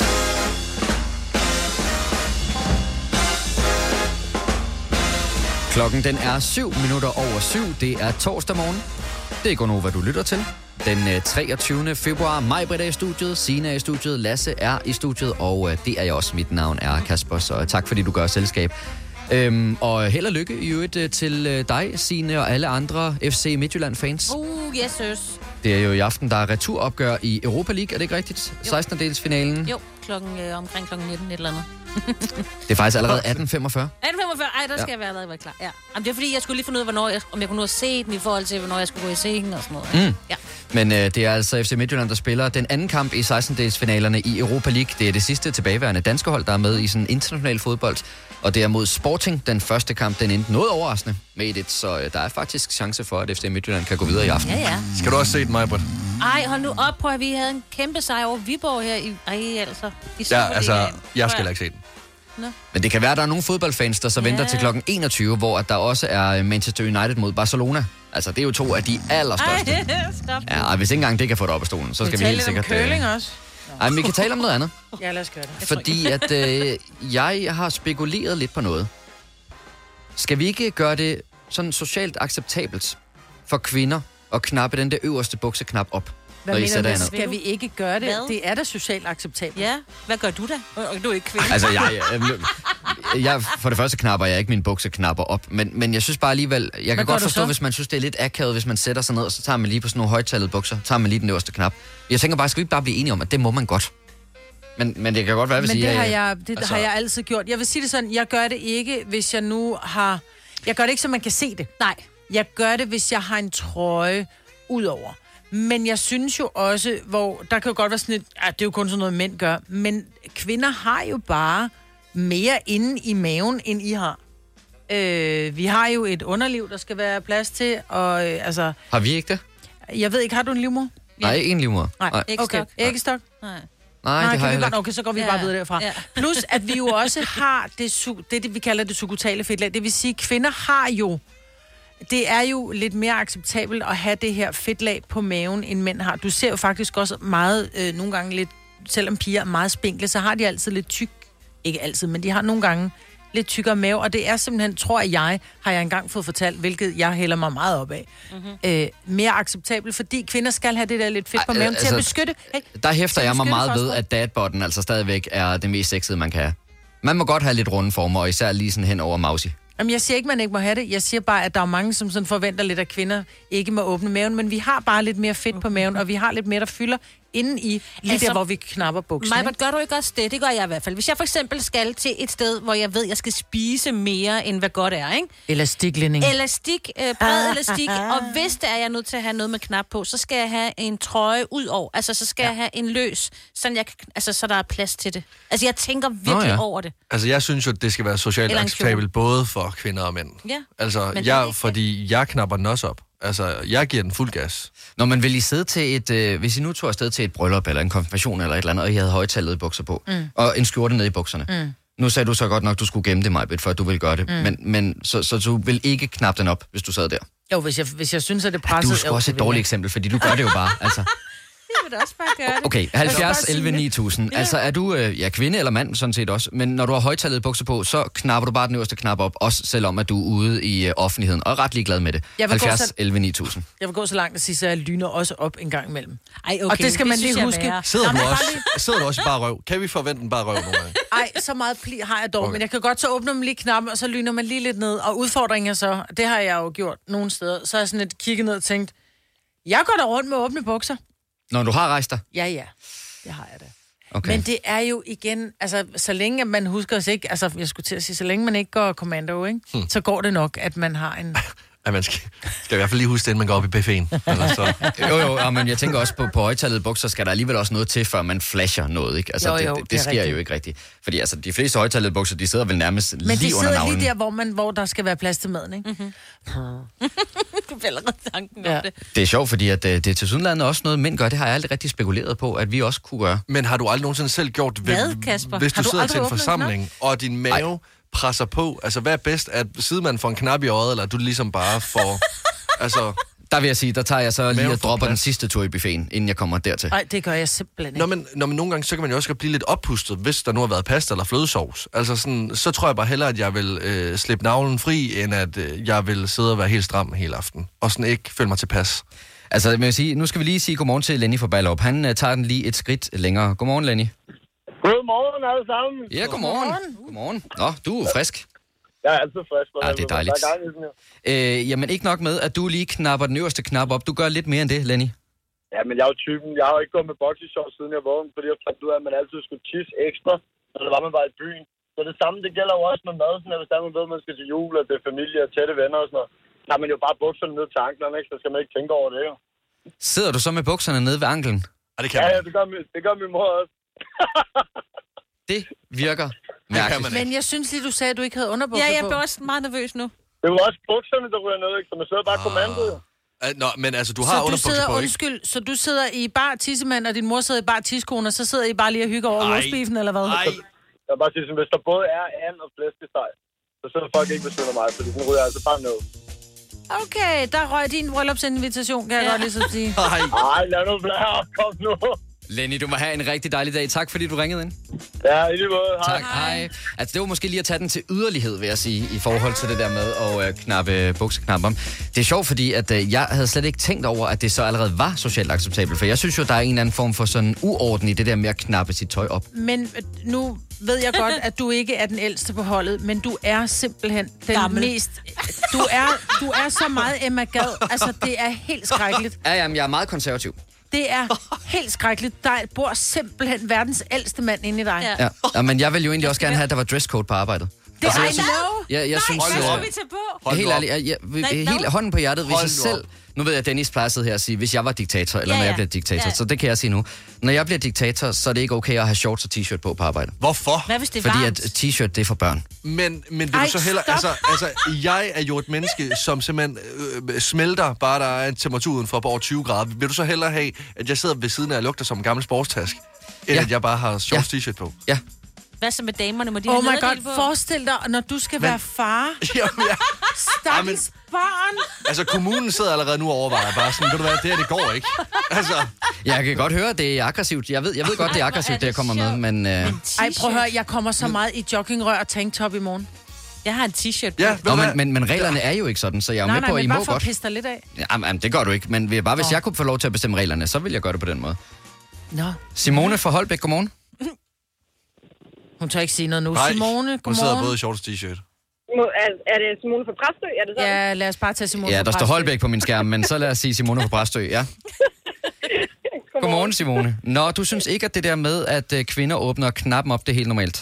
Klokken den er syv minutter over syv. Det er torsdag morgen. Det er Gunova, du lytter til. Den treogtyvende februar. Maj-Britt er i studiet, Signe er i studiet, Lasse er i studiet, og det er jeg også. Mit navn er Kasper, så tak fordi du gør selskab. Øhm, og held og lykke i øvrigt til dig, Signe, og alle andre F C Midtjylland-fans. Uh, yes, yes. Det er jo i aften, der er returopgør i Europa League, er det ikke rigtigt? sekstende-delsfinalen. Jo, klokken, øh, omkring klokken nitten et eller andet. Det er faktisk allerede atten femogfyrre. atten femogfyrre? Ej, der skal ja. jeg være allerede være klar. Ja. Jamen, det er fordi, jeg skulle lige finde ud af, hvornår jeg, om jeg kunne nå at se den i forhold til, hvornår jeg skulle gå i sengen og sådan noget. Mm. Ja. Men øh, det er altså F C Midtjylland, der spiller den anden kamp i sekstendedelsfinalerne i Europa League. Det er det sidste tilbageværende danske hold, der er med i sådan international fodbold. Og det er mod Sporting. Den første kamp, den endte noget overraskende med et, så øh, der er faktisk chance for, at F C Midtjylland kan gå videre i aften. Ja, ja. Skal du også se den, Majbert? Ej, hold nu op, prøv at vi havde en kæmpe sejr over Viborg her i... Ej, altså. I Ja, altså, jeg skal ikke se den. Nå. Men det kan være, at der er nogle fodboldfans, der så Ja. venter til klokken enogtyve, hvor at der også er Manchester United mod Barcelona. Altså, det er jo to af de allerstørste. Ej, stop. Ja, og hvis ikke engang det kan få det op af stolen, så skal vi, vi helt sikkert... sikkert... curling også. Ej, men vi kan tale om noget andet. Ja, lad os gøre det. Fordi at øh, jeg har spekuleret lidt på noget. Skal vi ikke gøre det sådan socialt acceptabelt for kvinder at knappe den der øverste bukseknap op, Hvad når I mener sætter du, jer ned? skal vi ikke gøre det? Hvad? Det er da socialt acceptabelt. Ja, hvad gør du da? Øh, Du er ikke kvinde. Altså, jeg, jeg, jeg, for det første knapper jeg ikke mine bukseknapper op, men, men jeg synes bare alligevel, jeg kan gør godt du forstå, så? hvis man synes, det er lidt akavet, hvis man sætter sig ned, og så tager man lige på sådan nogle højtallede bukser, tager man lige den øverste knap. Jeg tænker bare, skal vi ikke bare blive enige om, at det må man godt? Men, men det kan godt være, hvis Men I det, er- har jeg, det altså- har jeg altid gjort. Jeg vil sige det sådan, jeg gør det ikke, hvis jeg nu har... Jeg gør det ikke, så man kan se det. Nej. Jeg gør det, hvis jeg har en trøje udover. Men jeg synes jo også, hvor der kan jo godt være sådan et... Ja, det er jo kun sådan noget, mænd gør. Men kvinder har jo bare mere inde i maven, end I har. Øh, vi har jo et underliv, der skal være plads til, og øh, altså... Har vi ikke det? Jeg ved ikke, har du en livmor? Nej, ikke en livmor. Nej, okay. Æggestok? Nej. Nej, Nej, det kan har vi jeg bare, ikke. okay, så går vi Ja. bare videre derfra. Ja. Plus, at vi jo også har det, su- det, det, vi kalder det subkutale fedtlag. Det vil sige, at kvinder har jo... Det er jo lidt mere acceptabelt at have det her fedtlag på maven, end mænd har. Du ser jo faktisk også meget, øh, nogle gange lidt... Selvom piger er meget spinkle, så har de altid lidt tyk... Ikke altid, men de har nogle gange lidt tykkere mave. Og det er simpelthen, tror jeg, har jeg engang fået fortalt, hvilket jeg hælder mig meget op af. Mm-hmm. Øh, mere acceptabelt, fordi kvinder skal have det der lidt fedt på Ej, maven altså, til at beskytte... Hey, Der hæfter til at jeg mig beskytte meget ved, fosteret. at dadbotten altså stadigvæk er det mest sexede, man kan have. Man må godt have lidt runde former, og især lige sådan hen over mausi. Jamen, jeg siger ikke, man ikke må have det. Jeg siger bare, at der er mange, som sådan forventer lidt, at kvinder ikke må åbne maven. Men vi har bare lidt mere fedt på maven, og vi har lidt mere, der fylder inden i, lige Altså, der, hvor vi knapper buksen. Majbert, gør du ikke også det? Det gør jeg i hvert fald. Hvis jeg for eksempel skal til et sted, hvor jeg ved, jeg skal spise mere, end hvad godt er, ikke? Elastiklænding. Elastik, øh, bred elastik, og hvis det er, jeg er nødt til at have noget med knap på, så skal jeg have en trøje ud over. Altså, så skal ja. jeg have en løs, sådan jeg kan, altså, så der er plads til det. Altså, jeg tænker virkelig Nå, ja. over det. Altså, jeg synes jo, det skal være socialt Eller en acceptabelt, både for kvinder og mænd. Ja. Altså, Men det er jeg, ikke fordi jeg knapper den også op. Altså, jeg giver den fuld gas. Når man vil I sidde til et... Øh, hvis I nu tog afsted til et bryllup, eller en konfirmation, eller et eller andet, og I havde højtallede bukser på, Mm. og en skjorte nede i bukserne. Mm. Nu sagde du så godt nok, du skulle gemme det, Majbet, for at du ville gøre det. Mm. Men, men så, så du vil ikke knappe den op, hvis du sad der? Jo, hvis jeg, hvis jeg synes, at det Du presser... er sgu også et dårligt eksempel, fordi du gør det jo bare. Altså. Jeg vil da også bare gøre det. Okay, halvfjerds elleve ni tusind. Ja. Altså er du, øh, ja, kvinde eller mand sådan set også, men når du har højtallede bukser på, så knapper du bare den øverste knap op, også selvom at du er ude i øh, offentligheden, og er ret ligeglad med det. Jeg vil gå halvfjerds så- elleve ni tusind. Jeg vil gå så langt at sige, at jeg lyner også op en gang imellem. Ej, Og det skal man lige huske. Sidder du, Jamen, også, bare lige- sidder du også i bare røv? Kan vi forvente en bare røv nogle gange? Ej, så meget pli har jeg dog, okay. Men jeg kan godt så åbne dem lige knappen, og så lyner man lige lidt ned. Og udfordringen er så, det har jeg jo gjort nogle steder, så har jeg sådan lidt kigget ned og tænkt, jeg går da rundt med åbne bukser. Når du har rejst dig? Ja, ja, det har jeg da. Okay. Men det er jo igen, altså så længe at man husker os ikke, altså jeg skulle til at sige, så længe man ikke går kommando, ikke, hmm. så går det nok, at man har en... Ja, man skal, skal i hvert fald lige huske det, inden man går op i buffeten. Eller så. Jo, jo, ja, men jeg tænker også på, på højtallede bukser, skal der alligevel også noget til, før man flasher noget, ikke? Altså, Jo, jo, det, det, det er det sker rigtigt. jo ikke rigtigt. Fordi altså, de fleste højtallede bukser, de sidder vel nærmest Men lige de under sidder navlen. lige der, hvor, man, hvor der skal være plads til maden, ikke? Mm-hmm. Du fælder tanken Ja. om det. Det er sjovt, fordi at, øh, det er til sydenlandet også noget, mænd gør. Det har jeg aldrig rigtig spekuleret på, at vi også kunne gøre. Men har du aldrig nogensinde selv gjort det, Hvad, Kasper? hvis du, Har du sidder aldrig til en åbnet en forsamling, og din mave Ej. presser på? Altså, hvad er bedst? At sidemanden får en knap i øjet, eller at du ligesom bare får... altså... Der vil jeg sige, der tager jeg så lige Maven og får dropper den plads. sidste tur i buffeten, inden jeg kommer dertil. Nej, det gør jeg simpelthen ikke. Nå, men, når man nogle gange, så kan man jo også godt blive lidt oppustet, hvis der nu har været pasta eller flødesovs. Altså sådan, så tror jeg bare hellere, at jeg vil øh, slippe navlen fri, end at øh, jeg vil sidde og være helt stram hele aften. Og sådan ikke føle mig tilpas. Altså, jeg vil sige, nu skal vi lige sige godmorgen til Lenny fra Ballerup. Han uh, tager den lige et skridt længere. Godmorgen, Lenny. Godmorgen alle sammen. Ja, godmorgen. Godmorgen. Nå, du er frisk. Jeg er altid frisk. Ja, det er dejligt. Der er gang i den her. Øh, jamen, ikke nok med, at du lige knapper den øverste knap op. Du gør lidt mere end det, Lenny. Ja, men jeg er jo typen. Jeg har jo ikke gået med boxershorts, siden jeg var ung, fordi jeg fandt ud af, at man altid skulle tisse ekstra, når det var, man var i byen. Så det samme, det gælder jo også med mad, sådan at hvis der er man ved, at man skal til jul, og det er familie og tætte venner og sådan noget, så har man jo bare bukserne ned til anklerne, ikke? Så skal man ikke tænke over det, jo. Sidder du så med bukserne nede ved anklen? Ja, det kan Ja, man. ja, det gør min, det gør min mor også. Det virker mærkeligt. Men jeg synes lige, du sagde, at du ikke havde underbukser Ja, jeg på. blev også meget nervøs nu. Det var også bukserne, der ryger ned, ikke? Så man sidder bare kommando. Ah. Nå, men altså, du har så du underbukser sidder, på, ikke? undskyld, så du sidder i bar tissemand, og din mor sidder i bar tiskone, og så sidder I bare lige og hygger over roastbeefen, eller hvad? Nej. Jeg vil bare sige, hvis der både er and og flæskesteg, så sidder folk ikke ved siden af mig, fordi den ryger altså bare ned. Okay, der røg din bryllupsinvitation, kan jeg ja. godt lige så sige. Nej. Ej, lad nu være. Kom nu. Lenny, du må have en rigtig dejlig dag. Tak, fordi du ringede ind. Ja, i lige måde. Tak, hej. Altså, det var måske lige at tage den til yderlighed, vil jeg sige, i forhold til det der med at øh, knappe bukseknapper. Det er sjovt, fordi at, øh, jeg havde slet ikke tænkt over, at det så allerede var socialt acceptabelt. For jeg synes jo, der er en eller anden form for sådan uorden i det der med at knappe sit tøj op. Men øh, nu ved jeg godt, at du ikke er den ældste på holdet, men du er simpelthen den Gammel. mest... Du er, du er så meget Emma Gad. Altså, det er helt skrækkeligt. Ja, jamen, jeg er meget konservativ. Det er helt skrækkeligt. Der bor simpelthen verdens ældste mand inde i dig. Ja. Ja, men jeg vil jo egentlig også gerne have, at der var dresscode på arbejdet. Det er jeg I synes, know. jeg, jeg synes, Hvad øh, skal vi tage på? helt ærligt, jeg, jeg, Nej, helt no. hånden på hjertet, hvis Hold jeg nu selv... Nu ved jeg, at Dennis plejer at sidde her og sige, hvis jeg var diktator, eller Ja, når jeg ja. bliver diktator, Ja. så det kan jeg sige nu. Når jeg bliver diktator, så er det ikke okay at have shorts og t-shirt på på arbejde. Hvorfor? Hvad hvis det er Fordi varmt? at t-shirt, det er for børn. Men, men vil Ej, du så heller... stop. Altså, altså, jeg er jo et menneske, som simpelthen øh, smelter, bare der er en temperatur udenfor på over tyve grader. Vil du så hellere have, at jeg sidder ved siden af og lugter som en gammel sportstask, end Ja. at jeg bare har shorts t-shirt på? Ja. Hvad så med damerne? Må de Oh have my nederdel god, på? forestil dig, når du skal være far. Jamen, ja. Stakkels barn. Altså, kommunen sidder allerede nu og overvejer bare sådan, ved du hvad, det her, det går ikke. Altså, Jeg kan godt høre, at det er aggressivt. Jeg ved, jeg ved godt, det er Ej, hvor er aggressivt, det det jeg kommer sjovt. med, men... Øh... Ej, prøv at høre, jeg kommer så meget i joggingrør og tanktop i morgen. Jeg har en t-shirt på. ja, ved Nå, du hvad? men, men, men reglerne er jo ikke sådan, så jeg er jo Nej, med nej, på, at I men må bare for at godt. pisse dig lidt af. Jamen, jamen, det gør du ikke, men det er bare, hvis jeg kunne få lov til at bestemme reglerne, så vil jeg gøre det på den måde. Nå. Simone fra Holbæk, godmorgen. Hun tør ikke sige noget nu. Nej, Simone, hun sidder godmorgen. både i shorts og t-shirt. Må- Er, er det Simone fra Præstø? Er det sådan? Ja, lad os bare tage Simone Ja, fra der står Præstø. Holbæk på min skærm, men så lad os sige Simone fra Præstø, ja. Godmorgen, Simone. Nå, du synes ikke, at det der med, at øh, kvinder åbner knappen op, det er helt normalt?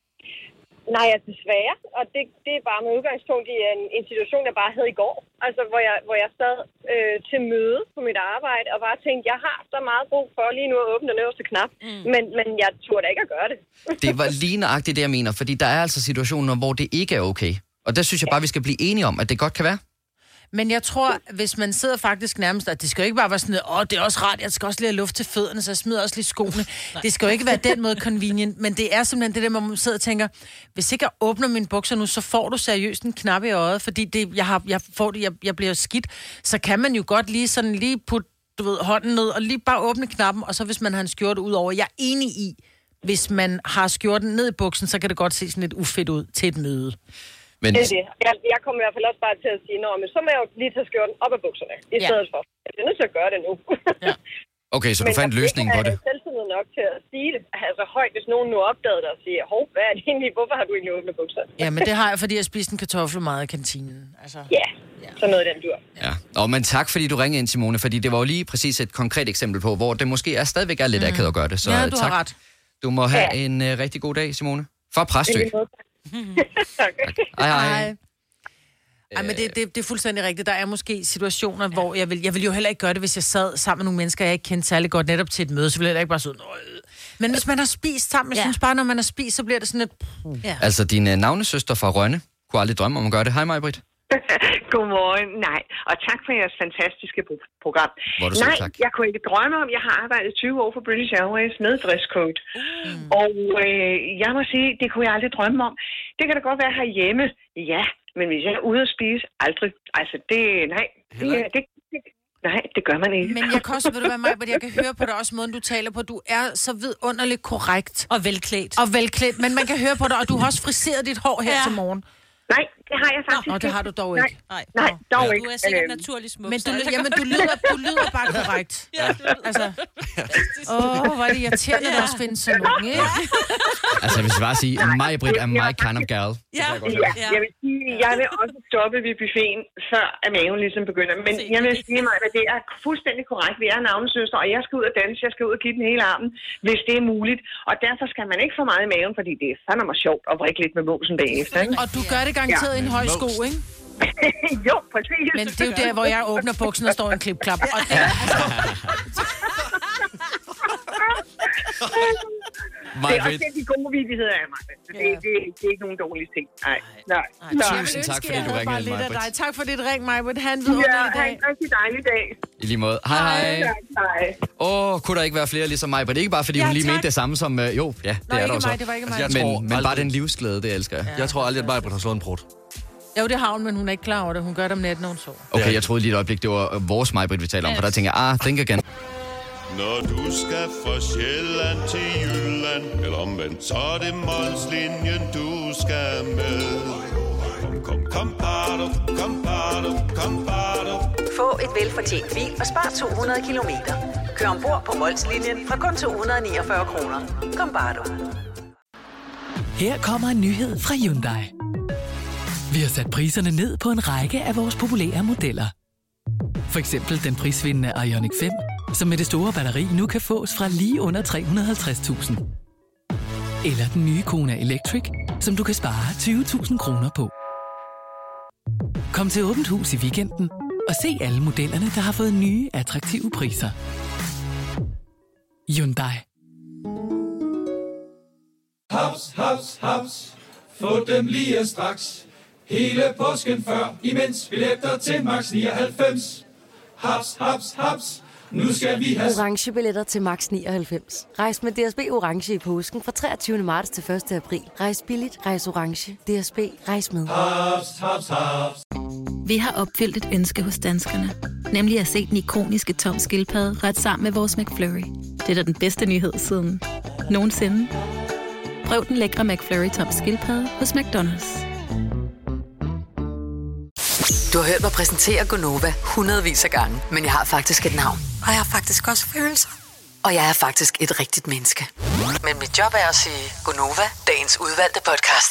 Nej, altså desværre. Og det, det er bare med udgangspunkt i en, en situation, jeg bare havde i går. Altså, hvor jeg, hvor jeg sad øh, til møde på mit arbejde og bare tænkte, jeg har så meget brug for lige nu at åbne den øverste knap. Mm. Men, men jeg turde da ikke at gøre det. Det var lige nøjagtigt det, jeg mener, fordi der er altså situationer, hvor det ikke er okay. Og der synes jeg bare, vi skal blive enige om, at det godt kan være. Men jeg tror, hvis man sidder faktisk nærmest, at det skal jo ikke bare være sådan, åh, det er også rart, jeg skal også lige have luft til fødderne, så jeg smider også lige skoene. Det skal jo ikke være den måde convenient, men det er simpelthen det der, hvor man sidder og tænker, hvis ikke jeg åbner mine bukser nu, så får du seriøst en knap i øjet, fordi det, jeg, har, jeg, får det, jeg, jeg bliver skidt. Så kan man jo godt lige sådan lige putte, du ved, hånden ned, og lige bare åbne knappen, og så hvis man har en skjorte ud over. Jeg er enig i, hvis man har skjorten ned i buksen, så kan det godt se sådan lidt ufedt ud til et møde. Men... Det er det. Jeg, jeg kommer i hvert fald også bare til at sige, nå, men så må jeg jo lige tage skjorten op af bukserne, i Ja. stedet for. Jeg er nødt til at gøre det nu. Ja. Okay, så du Men fandt jeg løsningen på ikke det. have selvtillid nok til at sige det. Altså højt, hvis nogen nu opdagede det og siger, hov, hvad er det egentlig? Hvorfor har du egentlig åbnet bukser? Ja, men det har jeg, fordi jeg spiste en kartoffel meget i kantinen. Altså. Ja, så noget af den dur. Ja. Og men tak, fordi du ringede ind, Simone, fordi det var jo lige præcis et konkret eksempel på, hvor det måske er stadigvæk er lidt mm. akavet at gøre det. Så Ja, øh, du tak. har ret. Du må have Ja. en uh, rigtig god dag, Simone. Fra Præstø. tak. Hej, hej. Ej, men det, det, det er fuldstændig rigtigt. Der er måske situationer, ja. hvor jeg vil, jeg vil jo heller ikke gøre det, hvis jeg sad sammen med nogle mennesker, jeg ikke kendte særlig godt netop til et møde, så ville jeg ikke bare sådan, øh. Men hvis man har spist sammen, jeg Ja. synes bare, når man har spist, så bliver det sådan et... Ja. Altså, din uh, navnesøster fra Rønne kunne aldrig drømme om at gøre det. Hej, Maj-Britt. Godmorgen. Nej, og tak for jeres fantastiske pro- program. Hvor er du selv Nej, tak. jeg kunne ikke drømme om, jeg har arbejdet tyve år for British Airways med dresscode. Mm. Og øh, jeg må sige, det kunne jeg aldrig drømme om. Det kan da godt være herhjemme, ja, men hvis jeg er ude at spise, aldrig. Altså, det, nej, det, det, det, nej, det gør man ikke. Men jeg kan også, ved du hvad, Maja, jeg kan høre på dig også måden, du taler på. Du er så vidunderligt korrekt. Og velklædt. Og velklædt, men man kan høre på dig, og du har også friseret dit hår her ja. til morgen. Nej, det har jeg faktisk Nå, det har du dog ikke. Nej, nej dog Du ikke. er sikkert Øhm, naturlig smuk. Men du, så- jamen, du, lyder, du lyder bare korrekt. Ja, du lyder- Altså, åh, oh, hvor er det irriterende, at der også findes sådan nogen, ikke? Altså, hvis jeg bare sige, Maj-Britt er my kind of gal. Ja, ja, jeg vil sige, jeg vil også stoppe ved buffeten, før at maven ligesom begynder. Men jeg vil sige mig, at det er fuldstændig korrekt. Vi er navnesøster, og jeg skal ud og danse, jeg skal ud og give den hele armen, hvis det er muligt. Og derfor skal man ikke få meget i maven, fordi det er fandme mig sjovt at vrikke lidt med måsen bagefter. Ikke? Og du gør det garanteret Ja. i en høj sko, ikke? Jo, præcis. Men det er jo der, hvor jeg åbner buksen og står en klipklap. Og det, det er også de gode vidigheder af mig. Det, det, det, det er ikke nogen dårlige ting. Nej, nej. nej. Tusind tak, fordi du ringede, Maj-Brit. Tak for dit ring, Maj-Brit. Han ved ja, ha' en rigtig dejlig dag. I lige måde. Hej, hej. Hej. Åh, oh, kunne der ikke være flere ligesom Maj-Brit? Ikke bare, fordi ja, hun lige tak. mente det samme som... Uh, jo, ja, det Nå, er der også. Mig, det var ikke mig. Altså, men, men bare den livsglæde, det elsker jeg. Ja. Jeg tror aldrig, at Maj-Brit har slået en brud. Jo, det har hun, men hun er ikke klar over det. Hun gør det om natten, når hun sover. Okay, jeg troede lige et øjeblik, det var vores Maj-Brit, vi taler om, for der tænker jeg, ah, think again. Når du skal fra Sjælland til Jylland, eller omvendt, så er det Molslinjen, du skal med. Kom, kom, kom, bado, kom, bado, kom, bado. Få et velfortjent bil og spar to hundrede kilometer. Kør ombord på Molslinjen fra kun to hundrede niogfyrre kroner. Kom, bado. Her kommer en nyhed fra Hyundai. Vi har sat priserne ned på en række af vores populære modeller. For eksempel den prisvindende Ioniq fem, som med det store batteri nu kan fås fra lige under tre hundrede og halvtreds tusind. Eller den nye Kona Electric, som du kan spare tyve tusind kroner på. Kom til Åbent Hus i weekenden og se alle modellerne, der har fået nye, attraktive priser. Hyundai. Haps, haps, haps. Få dem lige straks. Hele påsken før, imens billetter til max nioghalvfems. Haps, haps, haps. Nu skal vi have orange billetter til max nioghalvfems. Rejs med D S B orange i påsken fra treogtyvende marts til første april. Rejs billigt, rejs orange. D S B, rejs med. Haps, haps, haps. Vi har opfyldt et ønske hos danskerne. Nemlig at se den ikoniske Tom Skildpadde ret sammen med vores McFlurry. Det er da den bedste nyhed siden nogensinde. Prøv den lækre McFlurry Tom Skildpadde hos McDonald's. Du har hørt mig præsentere Gonova hundredvis af gange, men jeg har faktisk et navn. Og jeg har faktisk også følelser. Og jeg er faktisk et rigtigt menneske. Men mit job er at sige Gonova, dagens udvalgte podcast.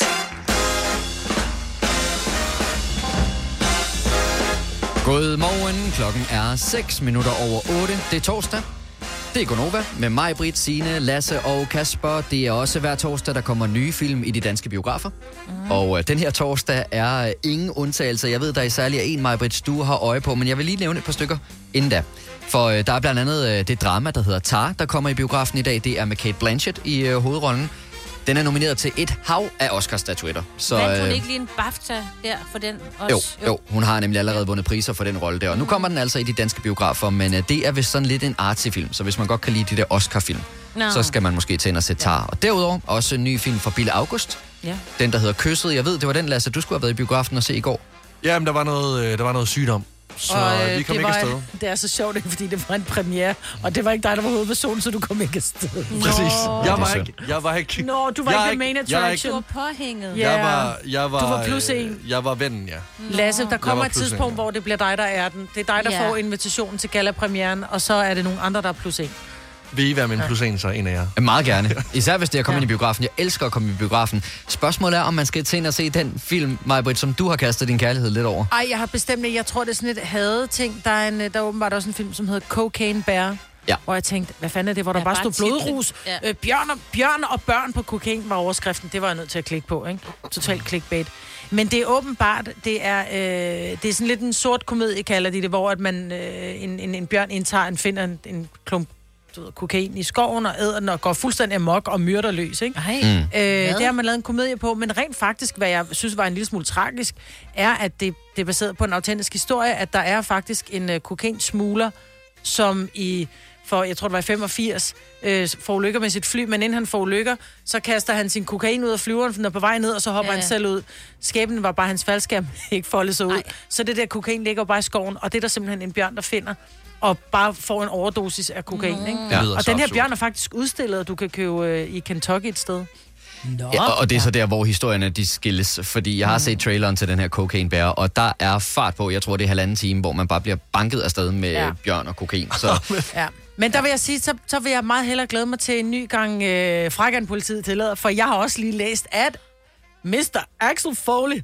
Godmorgen, klokken er seks minutter over otte. Det er torsdag. Det er Gonova med mig, Britt, Signe, Lasse og Kasper. Det er også hver torsdag, der kommer nye film i de danske biografer. Mm. Og øh, den her torsdag er øh, ingen undtagelse. Jeg ved, der er særlig en, mig, Britt, du har øje på, men jeg vil lige nævne et par stykker inden da. For øh, der er blandt andet øh, det drama, der hedder Tar, der kommer i biografen i dag. Det er med Cate Blanchett i øh, hovedrollen. Den er nomineret til et hav af Oscar-statuetter. Så, vandt hun ikke lige en BAFTA der for den også? Jo, jo, hun har nemlig allerede vundet priser for den rolle der. Og nu kommer den altså i de danske biografer, men uh, det er vist sådan lidt en artsy-film. Så hvis man godt kan lide de der Oscar-film, no. så skal man måske til ind og se Tar. Og derudover også en ny film fra Bille August. Ja. Den, der hedder Kysset. Jeg ved, det var den, Lasse, du skulle have været i biografen og se i går. Jamen, der var noget, øh, der var noget sygdom. Så og, øh, vi kom ikke afsted. En, det er så sjovt, fordi det var en premiere, og det var ikke dig, der var hovedpersonen, så du kom ikke afsted. Præcis. Jeg var ikke... Jeg var ikke... Nå, du var jeg ikke main attraction. Du var påhænget. Yeah. Jeg var... Jeg var du var plus en. Jeg var vennen, ja. Lasse, der kommer et tidspunkt, en. hvor det bliver dig, der er den. Det er dig, der yeah. får invitationen til gala-premieren, og så er det nogle andre, der er plus en. Vil I være min plus en, så en af jer? Meget gerne. Især hvis det er at komme ja. ind i biografen. Jeg elsker at komme i biografen. Spørgsmålet er, om man skal til ind og se den film, Maj-Brit, som du har kastet din kærlighed lidt over. Ej, jeg har bestemt det. Jeg tror, det er sådan et hadeting. Der er, en, der er åbenbart også en film, som hedder Cocaine Bear. Ja. Hvor jeg tænkte, hvad fanden er det, hvor der ja, bare stod blodrus. Ja. Øh, bjørn, og, bjørn og børn på kokain var overskriften. Det var jeg nødt til at klikke på, ikke? Totalt clickbait. Men det er åbenbart, det er, øh, det er sådan lidt en sort komedie, kalder de det, hvor at man, øh, en, en, en bjørn indtager, en finder en, en klump kokain i skoven og æder den og går fuldstændig amok og myrder løs, ikke? Mm. Øh, det har man lavet en komedie på, men rent faktisk, hvad jeg synes var en lille smule tragisk, er, at det, det er baseret på en autentisk historie, at der er faktisk en uh, kokainsmugler, som i, for jeg tror det var i femogfirs, øh, får ulykker med sit fly, men inden han får ulykker, så kaster han sin kokain ud af flyveren, den er på vej ned, og så hopper ja, ja. han selv ud. Skæbnen var bare hans faldskærm, ikke foldet sig ud. Ej. Så det der kokain ligger bare i skoven, og det er der simpelthen en bjørn, der finder, og bare får en overdosis af kokain, mm. ikke? Ja. Og den her bjørn er faktisk udstillet, og du kan købe øh, i Kentucky et sted. Nå, ja, og det er så der, hvor historierne de skilles, fordi jeg har mm. set traileren til den her Cocaine Bear, og der er fart på, jeg tror det er halvanden time, hvor man bare bliver banket afsted med ja. bjørn og kokain. Så. Ja. Men der vil jeg sige, så, så vil jeg meget hellere glæde mig til en ny gang øh, Fragan politiet tillader, for jeg har også lige læst, at mister Axel Foley.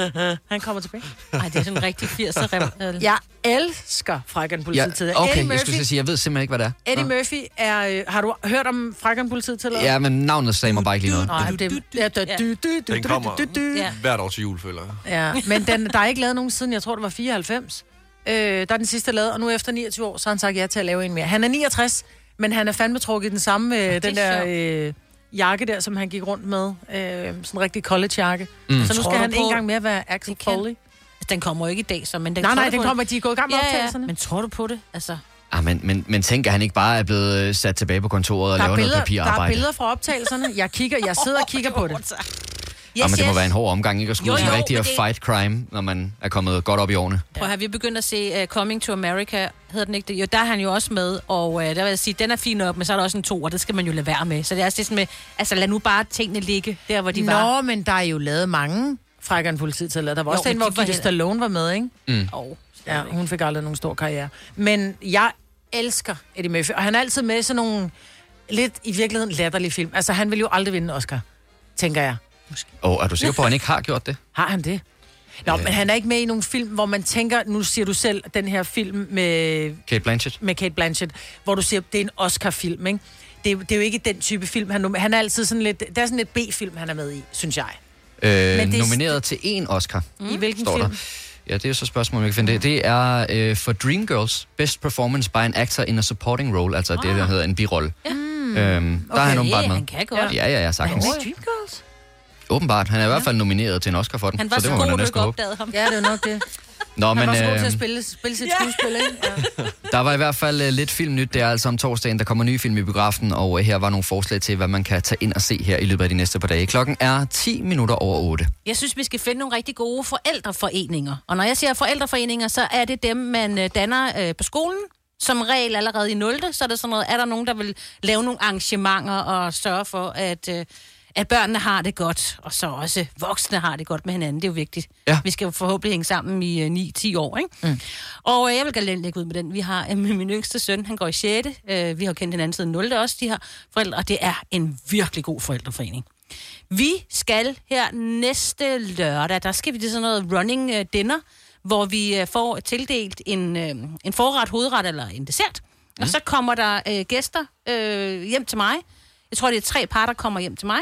Han kommer tilbage. Ej, det er sådan en rigtig firser. Jeg elsker Frakken Politiet. Ja, okay, jeg skulle sige, jeg ved simpelthen ikke, hvad det er. Eddie Murphy er... Øh, har du hørt om Frakken Politiet til? Ja, men navnet sagde mig bare ikke lige noget. Nej, det er... Den kommer hvert år til jul, føler jeg. Ja, men den, der er ikke lavet nogen siden, jeg tror, det var fireoghalvfems. Øh, der er den sidste lavet, og nu efter niogtyve år, så har han sagt ja til at lave en mere. Han er niogtres, men han er fandme trukket den samme, øh, den der øh, jakke der, som han gik rundt med. Øh, sådan en rigtig college-jakke. Mm. Så nu skal han en gang mere være Axel Foley. Den kommer jo ikke i dag, så... Men den nej, nej, den kommer, de er gået i gang med ja, optagelserne. Men tror du på det? Altså... Ah, men, men, men tænk, at han ikke bare er blevet sat tilbage på kontoret og laver noget papirarbejde. Der er billeder fra optagelserne. Jeg kigger, jeg sidder og kigger på det. Yes, ah, men det må yes. være en hård omgang, ikke? At skulle sådan rigtig at det... fight crime, når man er kommet godt op i årene. Prøv at have, vi begyndt at se uh, Coming to America, hedder den ikke det? Jo, der er han jo også med, og uh, der vil jeg sige, den er fin op, men så er der også en to, og det skal man jo lade være med. Så det er også sådan med, altså lad nu bare tingene ligge der, hvor de Nå, var. Nå, men der er jo lavet mange Frakken Politiet til. Der var også jo, den, hvor Gitte Stallone var med, ikke? Mm. Oh, ja, hun fik aldrig nogen stor karriere. Men jeg elsker Eddie Murphy, og han er altid med sådan nogle lidt i virkeligheden latterlige film. Altså, han vil jo aldrig vinde Oscar, tænker jeg. Åh, oh, er du sikker på, at han ikke har gjort det? Har han det? Nå, øh. men han er ikke med i nogle film, hvor man tænker, nu siger du selv, den her film med... Kate Blanchett? Med Kate Blanchett, hvor du siger, det er en Oscar-film, ikke? Det er, det er jo ikke den type film, han... Han er altid sådan lidt... Det er sådan lidt B-film, han er med i, synes jeg. Øh, men det nomineret er... til én Oscar. Mm. I hvilken film? Der. Ja, det er jo så spørgsmålet, jeg kan finde det. Det er øh, for Dreamgirls, Best Performance by an Actor in a Supporting Role, altså ah. det, der hedder en birolle. Ja. Mm. Øhm, der okay. er han åbenbart med. Han kan godt. Ja, ja, ja, sagtens. Han er Dreamgirls? Åbenbart. Han er i hvert fald nomineret til en Oscar for den. Han var så, så, så det god, du ikke opdagede ham. Ja, det er nok det. Nå, han men, var så god øh, til at spille, spille sit ja. skuespil, ikke? Ja. Der var i hvert fald uh, lidt filmnyt. Det er altså om torsdagen, der kommer nye film i biografen, og uh, her var nogle forslag til, hvad man kan tage ind og se her i løbet af de næste par dage. Klokken er ti minutter over otte. Jeg synes, vi skal finde nogle rigtig gode forældreforeninger. Og når jeg siger forældreforeninger, så er det dem, man uh, danner uh, på skolen. Som regel allerede i nul. Så er der sådan noget, er der nogen, der vil lave nogle arrangementer og sørge for, at... Uh, at børnene har det godt, og så også voksne har det godt med hinanden. Det er jo vigtigt. Ja. Vi skal jo forhåbentlig hænge sammen i uh, ni til år, ikke? Mm. Og uh, jeg vil gerne lægge ud med den. Vi har uh, min yngste søn, han går i sjette. Uh, vi har kendt hinanden siden nul også, de her forældre, og det er en virkelig god forældreforening. Vi skal her næste lørdag, der skal vi til sådan noget running uh, dinner, hvor vi uh, får tildelt en, uh, en forret, hovedret eller en dessert. Mm. Og så kommer der uh, gæster uh, hjem til mig. Jeg tror, det er tre par, der kommer hjem til mig.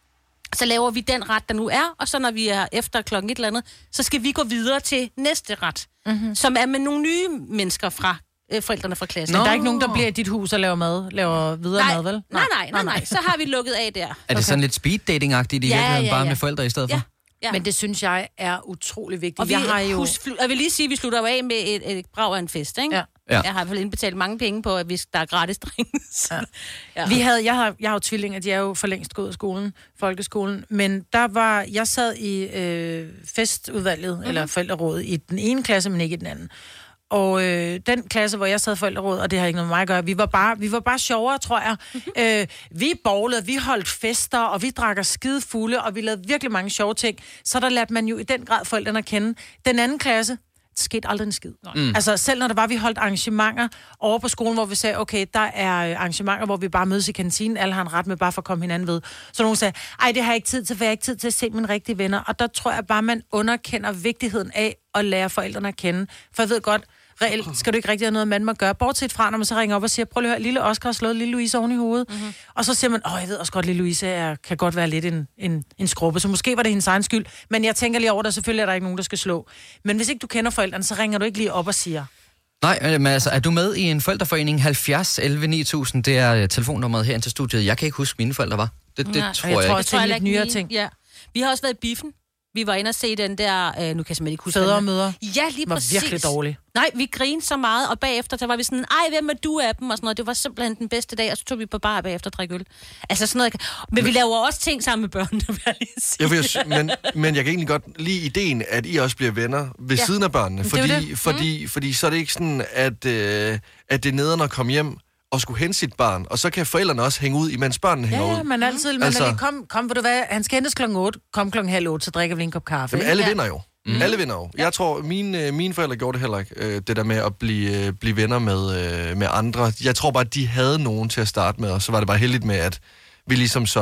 Så laver vi den ret, der nu er, og så når vi er efter klokken et eller andet, så skal vi gå videre til næste ret, mm-hmm. som er med nogle nye mennesker fra øh, forældrene fra klassen. Men der er ikke nogen, der bliver i dit hus og laver mad, laver videre nej, mad, vel? Nej, nej, nej, nej. Så har vi lukket af der. Er det okay. sådan lidt speed dating-agtigt i ja, virkeligheden, ja, ja. bare med forældre i stedet for? Ja. Ja. Men det synes jeg er utrolig vigtigt. Og vi, jeg har jo... hus, jeg vil lige sige, at vi slutter af med et, et brag af en fest, ikke? Ja. Ja. Jeg har i hvert fald indbetalt mange penge på, at vi, der er gratis drinks. Ja. Ja. Vi havde, jeg, har, jeg har jo tvillinger, de er jo for længst gået af skolen, folkeskolen, men der var, jeg sad i øh, festudvalget, mm-hmm. eller forældrerådet, i den ene klasse, men ikke i den anden. Og øh, den klasse, hvor jeg sad i forældrerådet, og det har ikke noget med mig at gøre, vi var bare, vi var bare sjovere, tror jeg. Mm-hmm. Øh, vi bowlede, vi holdt fester, og vi drak skide fulde, og vi lavede virkelig mange sjove ting. Så der lærte man jo i den grad forældrene at kende. Den anden klasse, det skete aldrig en skid. Mm. Altså selv når der var, vi holdt arrangementer over på skolen, hvor vi sagde, okay, der er arrangementer, hvor vi bare mødes i kantinen, alle har en ret med bare for at komme hinanden ved. Så nogen sagde, ej, det har jeg ikke tid til, for jeg har ikke tid til at se mine rigtige venner. Og der tror jeg bare, man underkender vigtigheden af at lære forældrene at kende. For jeg ved godt, reelt skal du ikke rigtig have noget med at gøre. Bortset fra, når man så ringer op og siger, prøv lige at høre, lille Oscar har slået lille Louise oven i hovedet. Mm-hmm. Og så siger man, åh, jeg ved også godt, lille Louise er, kan godt være lidt en, en, en skrubbe, så måske var det hendes egen skyld. Men jeg tænker lige over det, selvfølgelig er der ikke nogen, der skal slå. Men hvis ikke du kender forældrene, så ringer du ikke lige op og siger... Nej, men altså, er du med i en forældreforening? halvfjerds elleve ni tusind, det er telefonnummeret her til studiet. Jeg kan ikke huske, mine forældre var. Det, det Nej, tror jeg, jeg, jeg tror, ikke. det er lidt nyere ting. Ja. Vi har også været i biffen. Vi var inde og se den der, øh, nu kan jeg simpelthen ikke huske. Fædre og mødre. Ja, lige var præcis. Var virkelig dårlig. Nej, vi grinede så meget, og bagefter, så var vi sådan, ej, hvem er du af dem? Og sådan noget. Det var simpelthen den bedste dag, og så tog vi på bar bagefter og drikke øl. Altså sådan noget. Men, men vi laver også ting sammen med børnene, vil jeg lige sige. Jeg vil, men, men jeg kan egentlig godt lide ideen, at I også bliver venner ved ja. siden af børnene. Fordi, det det. Fordi, mm. fordi så er det ikke sådan, at, øh, at det er nederen at komme hjem og skulle hente sit barn, og så kan forældrene også hænge ud, imens børnene hænger ja, ud. Ja, men altid, man altså, lige, kom, kom, vil du hvad, han skal hentes klokken otte, kom klokken halv otte, så drikker vi en kop kaffe. Jamen, alle ja. vinder jo. Mm. Alle vinder jo. Ja. Jeg tror, mine, mine forældre gjorde det heller ikke, øh, det der med at blive, øh, blive venner med, øh, med andre. Jeg tror bare, at de havde nogen til at starte med, og så var det bare heldigt med, at vi ligesom så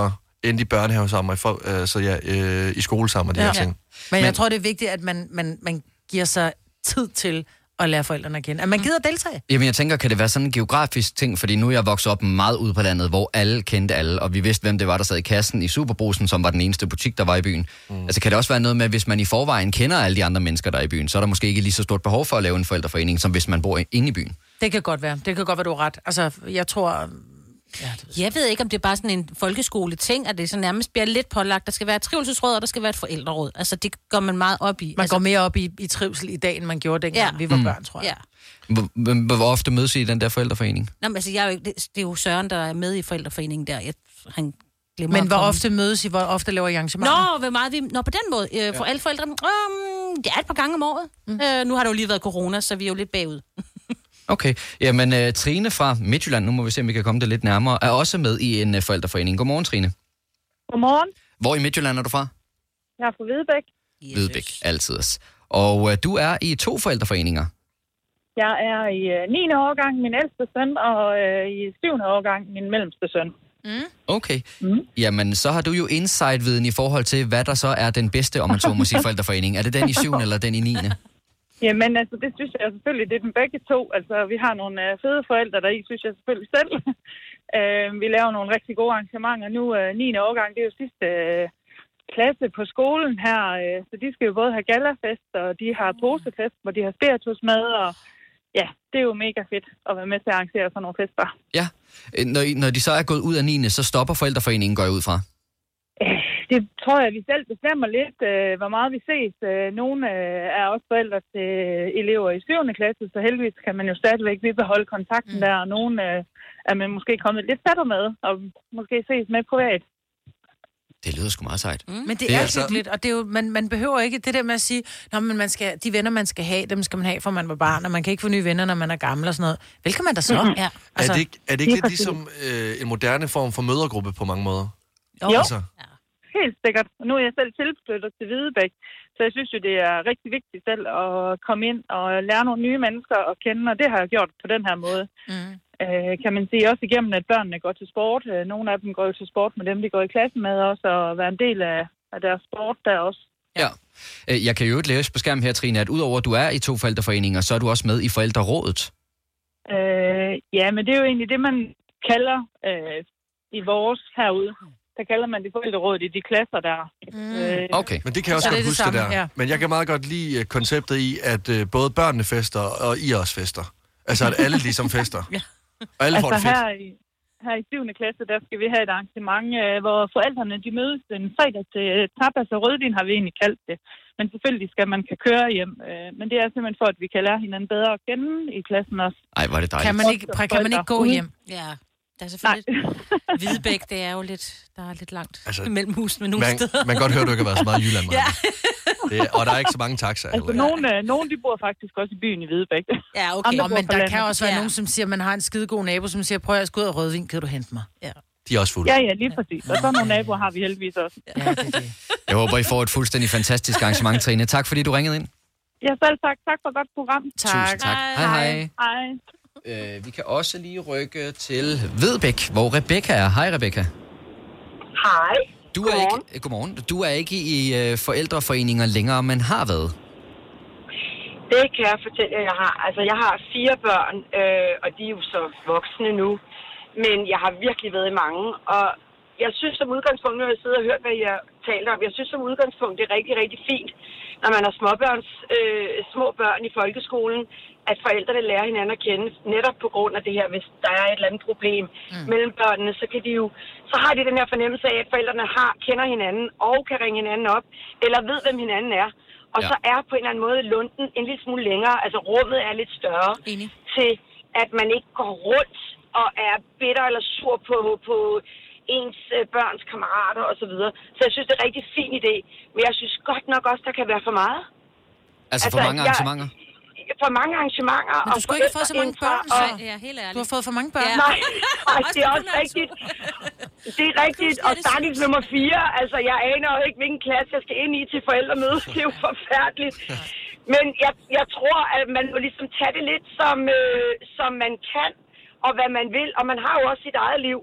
endte i børnehave sammen, og i for, øh, så ja, øh, i skole sammen og de Ja. her ting. Men, Men jeg tror, det er vigtigt, at man, man, man giver sig tid til at lære forældrene at kende. At man gider deltage. Jamen, jeg tænker, kan det være sådan en geografisk ting? Fordi nu er jeg vokset op meget ude på landet, hvor alle kendte alle, og vi vidste, hvem det var, der sad i kassen i Superbrugsen, som var den eneste butik, der var i byen. Mm. Altså, kan det også være noget med, at hvis man i forvejen kender alle de andre mennesker, der er i byen, så er der måske ikke lige så stort behov for at lave en forældreforening, som hvis man bor inde i byen? Det kan godt være. Det kan godt være, du har ret. Altså, jeg tror... Ja, ved jeg ved ikke, om det er bare sådan en folkeskole-ting, at det så nærmest bliver lidt pålagt. Der skal være et trivselsråd, og der skal være et forældreråd. Altså, det går man meget op i. Man altså, går mere op i, i trivsel i dag, end man gjorde dengang, ja. vi var Mm. børn, tror jeg. Ja. Hvor, hvor, hvor ofte mødes I i den der forældreforening? Nå, men altså, jeg er jo, ikke- det, det er jo Søren, der er med i forældreforeningen der. Jeg, han glemmer Men at hvor komme. ofte mødes I? Hvor ofte laver I arrangementer? Nå, hvor meget vi... Nå, på den måde. Øh, for alle forældre... Um, ja, et par gange om året. Mm. Øh, nu har det jo lige været corona, så vi er jo lidt bagud. Okay. Jamen, uh, Trine fra Midtjylland, nu må vi se, om vi kan komme det lidt nærmere, er også med i en uh, forældreforening. Godmorgen, Trine. Godmorgen. Hvor i Midtjylland er du fra? Jeg er fra Hvidebæk. Yes. Hvidebæk, altid. Og uh, du er i to forældreforeninger. Jeg er i øh, niende årgang min ældste søn, og øh, i syvende årgang min mellemste søn. Mm. Okay. Mm. Jamen, så har du jo insight-viden i forhold til, hvad der så er den bedste, om man så må sige, forældreforening. Er det den i syvende eller den i niende? Jamen, altså, det synes jeg selvfølgelig, det er dem begge to. Altså, vi har nogle øh, fede forældre der i, synes jeg selvfølgelig selv. øh, vi laver nogle rigtig gode arrangementer. Nu øh, niende årgang, det er jo sidste øh, klasse på skolen her, øh, så de skal jo både have gallafest, og de har posefest, hvor de har spiritus med, og ja, det er jo mega fedt at være med til at arrangere sådan nogle fester. Ja. Øh, Når, I- når de så er gået ud af niende, så stopper forældreforeningen, går jeg ud fra. Det tror jeg, vi selv bestemmer lidt, øh, hvor meget vi ses. Øh, nogle øh, er også forældre til elever i syvende klasse, så heldigvis kan man jo stadigvæk bibeholde kontakten mm. der, og nogle øh, er man måske kommet lidt tættere med, og måske ses med privat. Det lyder sgu meget sejt. Mm. Men det, Det det er er altså- hyggeligt, og det er jo, man, man behøver ikke det der med at sige, Nå, men man skal, de venner, man skal have, dem skal man have, fra man var barn, og man kan ikke få nye venner, når man er gammel og sådan noget. Vel kan man da så? Mhm. Ja. Altså, er det ikke, er det ikke lidt ligesom øh, en moderne form for mødergruppe på mange måder? Jo, Altså, helt sikkert. Og nu er jeg selv tilflyttet til Hvidebæk, så jeg synes jo, det er rigtig vigtigt selv at komme ind og lære nogle nye mennesker at kende, og det har jeg gjort på den her måde. Mm. Øh, kan man sige også igennem, at børnene går til sport. Øh, nogle af dem går jo til sport med dem, de går i klassen med også, og være en del af, af deres sport der også. Ja. Øh, Jeg kan jo ikke læse på skærmen her, Trine, at udover at du er i to forældreforeninger, så er du også med i forældrerådet. Øh, ja, men det er jo egentlig det, man kalder øh, i vores herude. Der kalder man det forældrerådet i de klasser der. Mm. Øh, Okay. Men det kan jeg også Så det godt er det huske det, samme, der. ja. Men jeg kan meget godt lide øh, konceptet i, at øh, både børnene fester og I også fester. Altså, at alle ligesom fester. Ja. Og alle får altså det fedt. her i, her i syvende klasse, der skal vi have et arrangement, øh, hvor forældrene de mødes en fredag til øh, tapas og rødvin, har vi egentlig kaldt det. Men selvfølgelig skal man kan køre hjem. Øh, men det er simpelthen for, at vi kan lære hinanden bedre at kende i klassen også. Ej, hvor er det dejligt. Kan man ikke, kan man ikke gå hjem? Ja, der er selvfølgelig... Hvidebæk, det er jo lidt... Der er lidt langt Altså, altså, mellem husene nogle Man, steder. man kan godt høre, at du ikke har været så meget i Jylland. Ja. Det, og der er ikke så mange taxaer. Altså, nogen, øh, nogen de bor faktisk også i byen i Hvidebæk. Ja, Okay, Andre og, bor men på der landet. kan også være Ja. nogen, som siger, at man har en skidegod nabo, som siger, prøv at jeg skal ud af rødvin, kan du hente mig? Ja. De er også fulde. Ja, ja, lige præcis. Og så nogle naboer har vi heldigvis også. Ja, det er det. Jeg håber, I får et fuldstændig fantastisk arrangement, Trine. Tak, fordi du ringede ind. Ja, selv tak. Tak for et godt program. Tak. Tusind tak. Hej, hej. Hej. Øh, vi kan også lige rykke til Vedbæk, hvor Rebecca er. Hej, Rebecca. Hej. Du er ikke, øh, godmorgen. Du er ikke i øh, forældreforeninger længere, men har været. Det kan jeg fortælle jer, jeg har. Altså, jeg har fire børn, øh, og de er jo så voksne nu. Men jeg har virkelig været i mange, og jeg synes som udgangspunkt, når jeg sidder og hørt, hvad jeg taler om, jeg synes som udgangspunkt, det er rigtig, rigtig fint, når man har småbørns, øh, små børn i folkeskolen, at forældrene lærer hinanden at kende, netop på grund af det her, hvis der er et eller andet problem mm. mellem børnene, så kan de jo, så har de den her fornemmelse af, at forældrene har, kender hinanden og kan ringe hinanden op, eller ved, hvem hinanden er. Og ja. så er på en eller anden måde lunden en lille smule længere, altså rummet er lidt større, Enig. til at man ikke går rundt og er bitter eller sur på, på ens øh, børns kammerater osv. Så, videre. Så jeg synes, det er en rigtig fin idé, men jeg synes godt nok også, der kan være for meget. Altså, for mange arrangementer? Jeg, for mange arrangementer. Men du skulle ikke have fået så mange børn, så. Ja, helt ærligt. Du har fået for mange børn. Ja. Nej, nej, det er også rigtigt. Det er rigtigt, og stakkels nummer fire. Altså, jeg aner jo ikke, hvilken klasse jeg skal ind i til forældremøde. Det er jo forfærdeligt. Men jeg, jeg tror, at man må ligesom tage det lidt, som, øh, som man kan, og hvad man vil. Og man har jo også sit eget liv.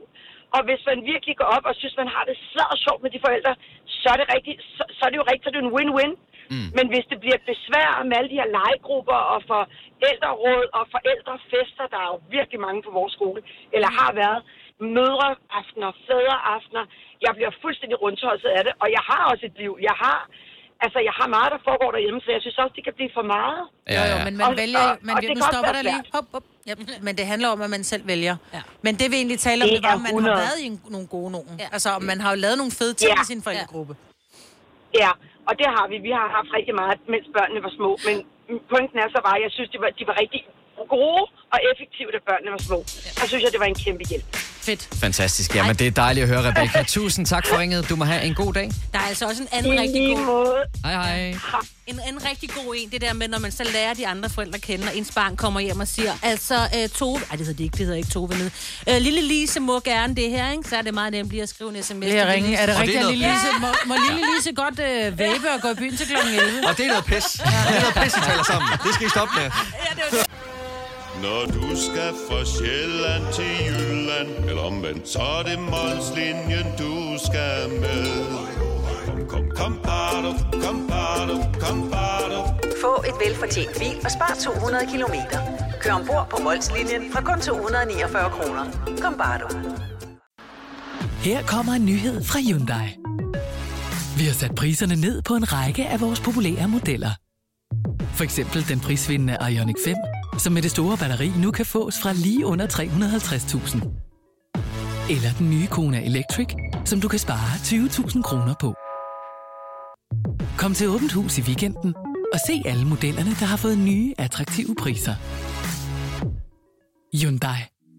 Og hvis man virkelig går op og synes, man har det så sjovt med de forældre, så er det, rigtigt, så, så er det jo rigtigt, så er det en win-win. Mm. Men hvis det bliver besvær med alle de her legegrupper og forældreråd og forældrefester, der er jo virkelig mange på vores skole, eller har været, mødreaftener, fædreaftener, jeg bliver fuldstændig rundtosset af det, og jeg har også et liv. Jeg har, altså, jeg har meget, der foregår derhjemme, så jeg synes også, det kan blive for meget. Ja, ja. Jo, jo, men man og, vælger, og, man, og nu stopper der lige. Hop, hop. Ja, men det handler om, at man selv vælger. Ja. Men det vi egentlig taler om, det, det var, om man har været i en, nogle gode nogen. Ja. Altså, om man har jo lavet nogle fede ting ja. i sin forældregruppe. Ja, og det har vi. Vi har haft rigtig meget, mens børnene var små. Men pointen er så bare, jeg synes, de var, de var rigtig gode og effektive, da børnene var små. Og synes jeg, det var en kæmpe hjælp. Fedt. Fantastisk. Jamen, det er dejligt at høre, Rebecca. Tusind tak for ringet. Du må have en god dag. Der er altså også en anden rigtig god... måde. Hej, hej. En anden rigtig god en, det der med, når man så lærer de andre forældre at kende, og ens barn kommer hjem og siger, altså, uh, Tove... Ej, det hedder det ikke, det hedder ikke Tove nede. Uh, Lille Lise må gerne det her, ikke? Så er det meget nemt lige at skrive en sms. Det er ringe. Er det rigtigt, at Lille Lise... Må, må Lille Lise godt uh, væbe og gå i byen til klokken elleve? Og det er noget pis. Det er noget pis, I taler sammen. Det skal I stoppe med. Ja, det var... Når du skal fra Sjælland til Jylland, eller omvendt, så er det Molslinjen, du skal med. Kom, kom, kom, bado, kom, bado, kom, bado. Få et velfortjent bil og spar to hundrede kilometer. Kør ombord på Molslinjen fra kun to hundrede niogfyrre kroner. Kom, bado. Her kommer en nyhed fra Hyundai. Vi har sat priserne ned på en række af vores populære modeller. For eksempel den prisvindende Ioniq fem, som med det store batteri nu kan fås fra lige under tre hundrede og halvtreds tusind. Eller den nye Kona Electric, som du kan spare tyve tusind kroner på. Kom til Åbent Hus i weekenden og se alle modellerne, der har fået nye, attraktive priser. Hyundai.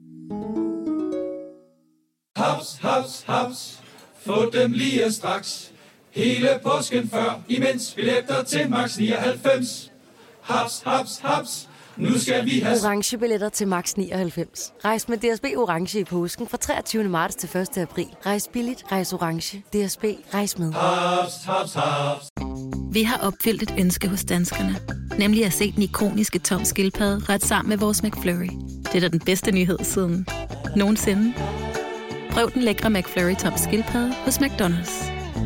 Haps, haps, haps. Få dem lige straks. Hele påsken før, imens billetter til max nioghalvfems. Haps, haps, haps. Nu skal vi have... Orange billetter til max nioghalvfems. Rejs med D S B Orange i påsken fra treogtyvende marts til første april. Rejs billigt, rejs orange. D S B, rejs med. Haps, haps, haps. Vi har opfyldt et ønske hos danskerne. Nemlig at se den ikoniske Tom Skildpadde ret sammen med vores McFlurry. Det er da den bedste nyhed siden nogensinde. Prøv den lækre McFlurry Tom Skildpadde hos McDonald's.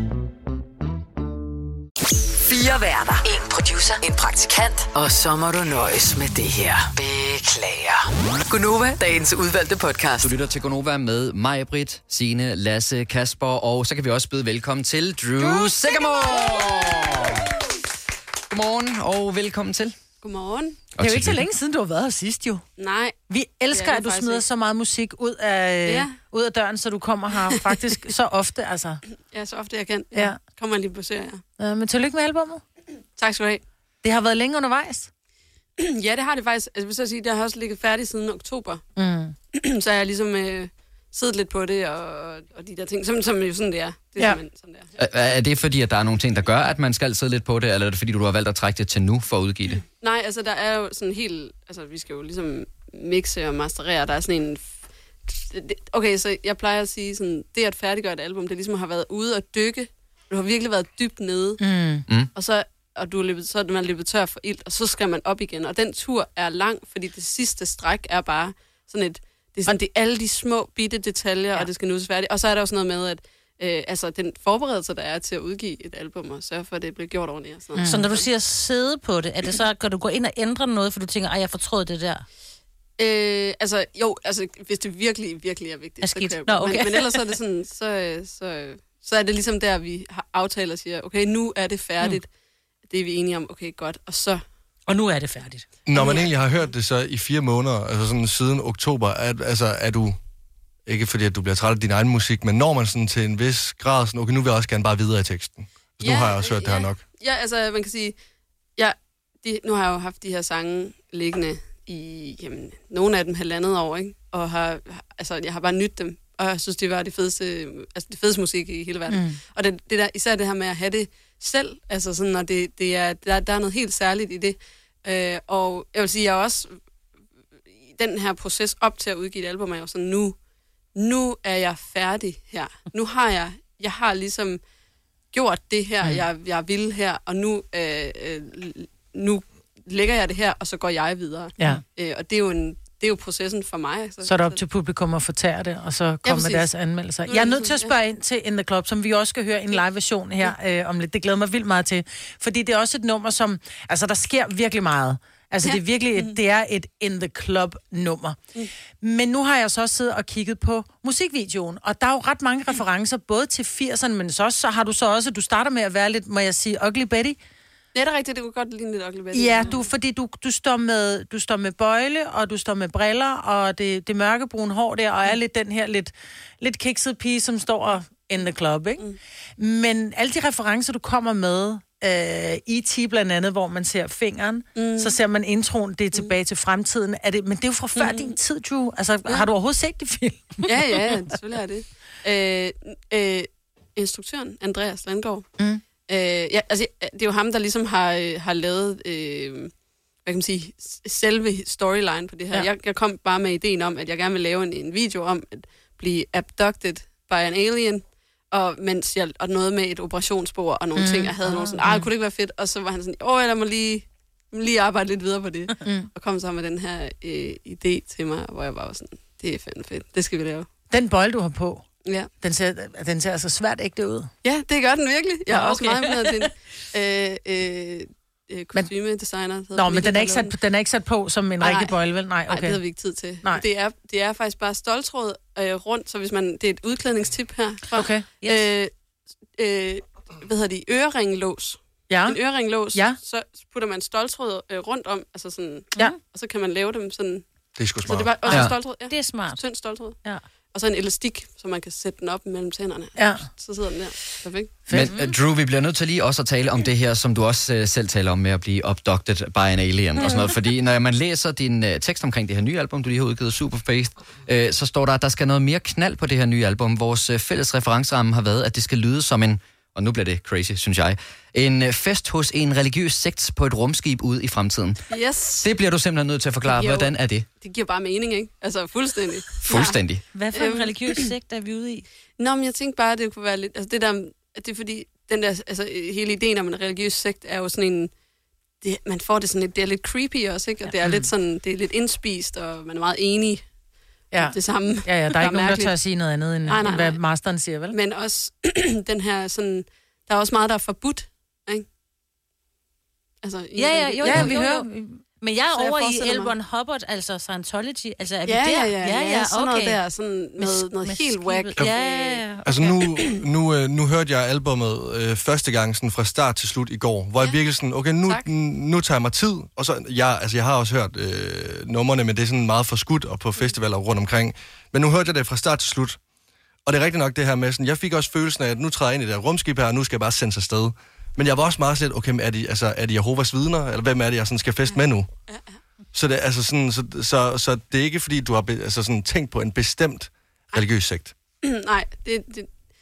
Fire værter. En producer. En praktikant. Og så må du nøjes med det her. Beklager. Gunova, dagens udvalgte podcast. Du lytter til Gunova med mig, Britt, Signe, Lasse, Kasper, og så kan vi også byde velkommen til Drew, Drew Sigamore. Godmorgen og velkommen til. Godmorgen. Det er jo ikke så længe siden, du har været her sidst, jo. Nej. Vi elsker, at du smider ikke. så meget musik ud af, ja. ud af døren, så du kommer her faktisk så ofte, altså. Ja, så ofte jeg kan. Ja. Kommer lige på serie. Ja, men tillykke med albumet. Tak skal du have. Det har været længe undervejs. Ja, det har det faktisk. Altså, hvis jeg sige, det har også ligget færdigt siden oktober. Mm. Så jeg har ligesom øh, siddet lidt på det, og, og de der ting, som, som jo sådan det er. Det er ja. sådan, det er. Er, er det fordi, at der er nogle ting, der gør, at man skal sidde lidt på det, eller er det fordi, du har valgt at trække det til nu for at udgive det? Nej, altså der er jo sådan helt... Altså, vi skal jo ligesom mixe og masterere. Der er sådan en... Okay, så jeg plejer at sige sådan, det at færdiggøre et album, det ligesom har været ude og dykke. Du har virkelig været dybt nede. Mm. Mm. Og så og du er løbet, så er man løbet tør for ilt, og så skal man op igen. Og den tur er lang, fordi det sidste stræk er bare sådan et... Det er, sådan, det er alle de små, bitte detaljer, ja. og det skal nu færdigt. Og så er der også noget med, at øh, altså, den forberedelse, der er til at udgive et album, og sørge for, at det bliver gjort ordentligt. Og sådan mm. Så når du siger sidde på det, er det så, kan du gå ind og ændre noget, for du tænker, ej, jeg fortrød det der? Øh, altså, jo, altså, hvis det virkelig, virkelig er vigtigt. Er skidt. Så kan Nå, okay. men, men ellers så er det sådan, så, så, så er det ligesom der, vi har aftalt og siger, okay, nu er det færdigt. Mm. Det er vi enige om, okay, godt, og så... Og nu er det færdigt. Når man egentlig har hørt det så i fire måneder, altså sådan siden oktober, er, altså er du, ikke fordi at du bliver træt af din egen musik, men når man sådan til en vis grad, sådan, okay, nu vil jeg også gerne bare videre i teksten. Så ja, nu har jeg også hørt ja, det her nok. Ja, altså man kan sige, ja, de, nu har jeg jo haft de her sange liggende i, jamen, nogle af dem halvandet år, ikke? Og har, altså jeg har bare nydt dem, og jeg synes, det var det fedeste, altså det fedeste musik i hele verden. Mm. Og det, det der, især det her med at have det selv, altså sådan, når det, det er, der, der er noget helt særligt i det. Øh, og jeg vil sige, jeg er også i den her proces op til at udgive et album, er jo sådan, nu, nu er jeg færdig her. Nu har jeg, jeg har ligesom gjort det her, mm. jeg, jeg vil her, og nu, øh, øh, nu lægger jeg det her, og så går jeg videre. Ja. Øh, og det er jo en, det er jo processen for mig. Så er det op til publikum at fortære det, og så komme med deres anmeldelser. Jeg er nødt til at spørge ind til In The Club, som vi også skal høre en live-version her øh, om lidt. Det glæder mig vildt meget til. Fordi det er også et nummer, som... Altså, der sker virkelig meget. Altså, ja. det er virkelig et, det er et In The Club-nummer. Mm. Men nu har jeg så også siddet og kigget på musikvideoen, og der er jo ret mange referencer, både til firserne, men så, også, så har du så også... Du starter med at være lidt, må jeg sige, Ugly Betty. Ja, det er rigtigt. Det kunne godt ligne lidt Ugly Betty. Ja, du, fordi du, du, står med, du står med bøjle, og du står med briller, og det, det mørkebrune hår der, og er lidt den her lidt, lidt kiksede pige, som står in the club, ikke? Mm. Men alle de referencer, du kommer med, øh, E T blandt andet, hvor man ser fingeren, mm. så ser man introen, det er tilbage til fremtiden. Er det, men det er jo fra før mm. din tid, Drew. Altså, ja. Har du overhovedet set det film? Ja, ja, selvfølgelig er det. Øh, øh, instruktøren, Andreas Landgaard, mm. Øh, ja, altså, det er jo ham, der ligesom har, øh, har lavet, øh, hvad kan man sige, selve storyline på det her. Ja. Jeg, jeg kom bare med ideen om, at jeg gerne vil lave en, en video om at blive abducted by an alien, og, mens jeg, og noget med et operationsbord og nogle mm. ting, jeg havde nogle sådan, ah, kunne det ikke være fedt? Og så var han sådan, åh, jeg må lige, lige arbejde lidt videre på det. Mm. Og kom så med den her øh, idé til mig, hvor jeg bare var sådan, det er fandme fedt, det skal vi lave. Den bold, du har på, ja. Den ser, den ser altså svært ægte ud. Ja, det gør den virkelig. Jeg er okay. også meget med til en øh, øh, kostymedesigner. Nå, men den er, ikke sat, den er ikke sat på som en rigtig bøjle, vel? Nej, okay. Nej, det havde vi ikke tid til. Nej. Det, er, det er faktisk bare ståltråd øh, rundt, så hvis man... Det er et udklædningstip her. Fra, okay, yes. øh, øh, hvad hedder de? Øreringlås. Ja. En øreringlås. Ja. Så putter man ståltråd øh, rundt om, altså sådan... Ja. Og så kan man lave dem sådan... Det er sgu smart. Så det er bare, også ja. ståltråd. Ja. Det er smart. Tynd ståltråd. Ja. Og så en elastik, så man kan sætte den op mellem tænderne. Ja. Så sidder den der. Perfekt. Men uh, Drew, vi bliver nødt til lige også at tale om det her, som du også uh, selv taler om med at blive abducted by an alien og sådan noget. Fordi når man læser din uh, tekst omkring det her nye album, du lige har udgivet, Superfaith, uh, så står der, at der skal noget mere knald på det her nye album. Vores uh, fælles referenceramme har været, at det skal lyde som en, og nu bliver det crazy, synes jeg, en uh, fest hos en religiøs sekt på et rumskib ude i fremtiden. Yes. Det bliver du simpelthen nødt til at forklare. Jo, hvordan er det? Det giver bare mening, ikke? Altså fuldstændig. Fuldstændig. Ja. Hvad for en religiøs sekt er vi ude i? Nå, men jeg tænkte bare, at det kunne være lidt... Altså det der... Det er fordi, den der... Altså hele ideen om en religiøs sekt er jo sådan en... Det, man får det sådan lidt... Det er lidt creepy også, ikke? Og det er lidt sådan... Det er lidt indspist, og man er meget enig. Ja. Det samme. Ja, ja, der er ikke nogen, der tør at sige noget andet, end, nej, nej, end hvad masteren siger, vel? Men også den her sådan... Der er også meget, der er forbudt, ikke? Altså, ja, ja, jo, ja, jo, vi jo, hører... jo. Men jeg er jeg over i L. mig. Ron Hubbard, altså Scientology. Altså, er vi ja, der? Ja, ja, ja, ja, sådan okay. noget der, sådan noget, noget med helt whack. Ja, ja, ja. Okay. Altså nu, nu, øh, nu hørte jeg albumet øh, første gang sådan fra start til slut i går, hvor ja. jeg virkelig sådan, okay, nu, nu tager jeg mig tid, og så, ja, altså jeg har også hørt øh, numrene, men det er sådan meget forskudt og på festivaler rundt omkring, men nu hørte jeg det fra start til slut, og det er rigtigt nok det her med sådan, jeg fik også følelsen af, at nu træder jeg ind i det her rumskib her, og nu skal jeg bare sendes afsted. Men jeg var også meget slet, okay, er de, altså, er de Jehovas vidner, eller hvem er det, jeg sådan skal feste med nu? Ja, ja. Så det, altså sådan, så, så, så det er ikke, fordi du har be, altså sådan, tænkt på en bestemt religiøs sekt? Nej, det, det,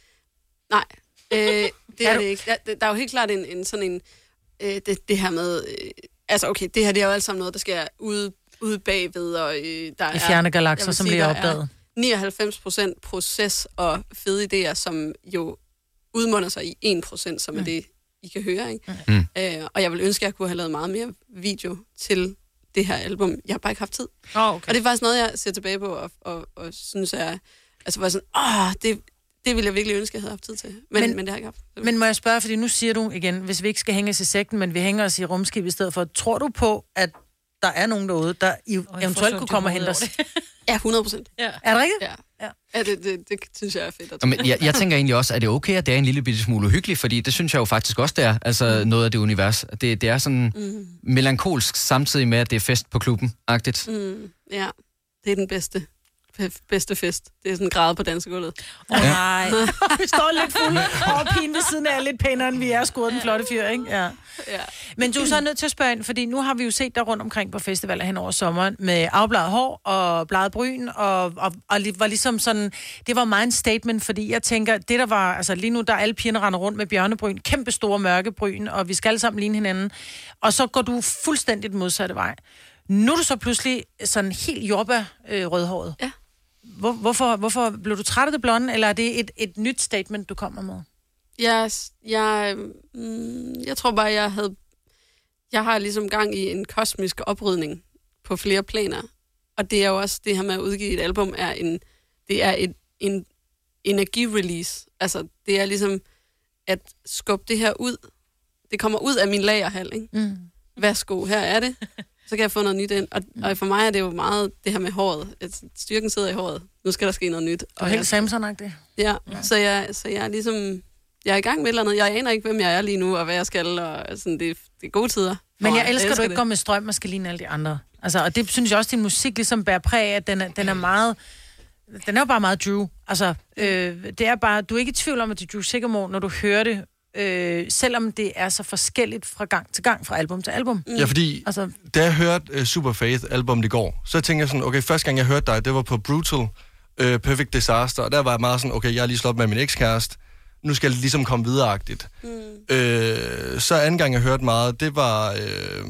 nej, øh, det er det ikke. Der, der er jo helt klart en, en sådan en, øh, det, det her med, øh, altså okay, det her det er jo alt sammen noget, der sker ude, ude bagved, og øh, der I fjerne galakser, som lige er opdaget. nioghalvfems procent proces og fede idéer, som jo udmunder sig i en procent, som mm. er det, I kan høre, ikke? Mm. Øh, og jeg vil ønske, at jeg kunne have lavet meget mere video til det her album. Jeg har bare ikke haft tid. Oh, okay. Og det er faktisk noget, jeg ser tilbage på, og, og, og synes er, altså var sådan, åh, det, det ville jeg virkelig ønske, jeg havde haft tid til. Men, men, men det har jeg ikke haft. Men må jeg spørge, fordi nu siger du igen, hvis vi ikke skal hænge os i sekten, men vi hænger os i rumskib i stedet for, tror du på, at der er nogen derude, der eventuelt kunne komme og hente os? Ja, hundrede procent. Ja. Er det rigtigt? Ja. Ja, ja det, det, det synes jeg er fedt. At Men jeg, jeg tænker egentlig også, at det er okay, at det er en lille bitte smule uhyggeligt, fordi det synes jeg jo faktisk også, det er. Altså mm. noget af det univers. Det, det er sådan mm. melankolsk, samtidig med, at det er fest på klubben-agtigt. Mm. Ja, det er den bedste. Bedste fest. Det er sådan en grad på dansegulvet. Åh oh, nej. Vi står lidt fulde og pigen ved siden af lidt pænere, end vi er skudt den flotte fyr, ikke? Ja. Ja. Men du er så nødt til at spørge ind, fordi nu har vi jo set der rundt omkring på festivaler hen over sommeren med afbladet hår og bladet bryn, og, og, og var ligesom sådan, det var meget en statement, fordi jeg tænker, det der var, altså lige nu, der alle pigerne render rundt med bjørnebryn, kæmpe store mørkebryn, og vi skal alle sammen ligne hinanden, og så går du fuldstændigt modsatte vej. Nu er du så pludselig sådan helt jordbær øh, rødhåret. Ja. Hvor, hvorfor, hvorfor blev du træt af det blonde, eller er det et, et nyt statement, du kommer med? Yes, jeg, mm, jeg tror bare, jeg havde... Jeg har ligesom gang i en kosmisk oprydning på flere planer. Og det er jo også, det her med at udgive et album, er en, det er et, en energirelease. Altså, det er ligesom at skubbe det her ud. Det kommer ud af min lagerhal, ikke? Mm. Værsgo, her er det. Så kan jeg få noget nyt ind. Og, og for mig er det jo meget det her med håret. At styrken sidder i håret. Nu skal der ske noget nyt. Og helt Samson-agtigt. Ja, ja. Så, jeg, så jeg er ligesom... Jeg er i gang med et eller andet. Jeg aner ikke, hvem jeg er lige nu, og hvad jeg skal. Og sådan, det, det er gode tider. Men jeg elsker, at du ikke går med strøm og skal ligne alle de andre. Altså, og det synes jeg også, din musik ligesom bærer præg af, at den er, den er meget... Den er jo bare meget Drew. Altså, øh, det er bare... Du er ikke i tvivl om, at det er Drew Sigamore, når du hører det, øh, selvom det er så forskelligt fra gang til gang, fra album til album. Mm. Ja, fordi altså, da jeg hørte uh, Super Faith-albummet i går, så tænkte jeg sådan, okay, første gang jeg hørte dig, det var på Brutal, uh, Perfect Disaster, og der var jeg meget sådan, okay, jeg har lige slået op med min ekskæreste, nu skal jeg ligesom komme videreagtigt. Mm. Øh, så anden gang, jeg hørte meget, det var... Øh,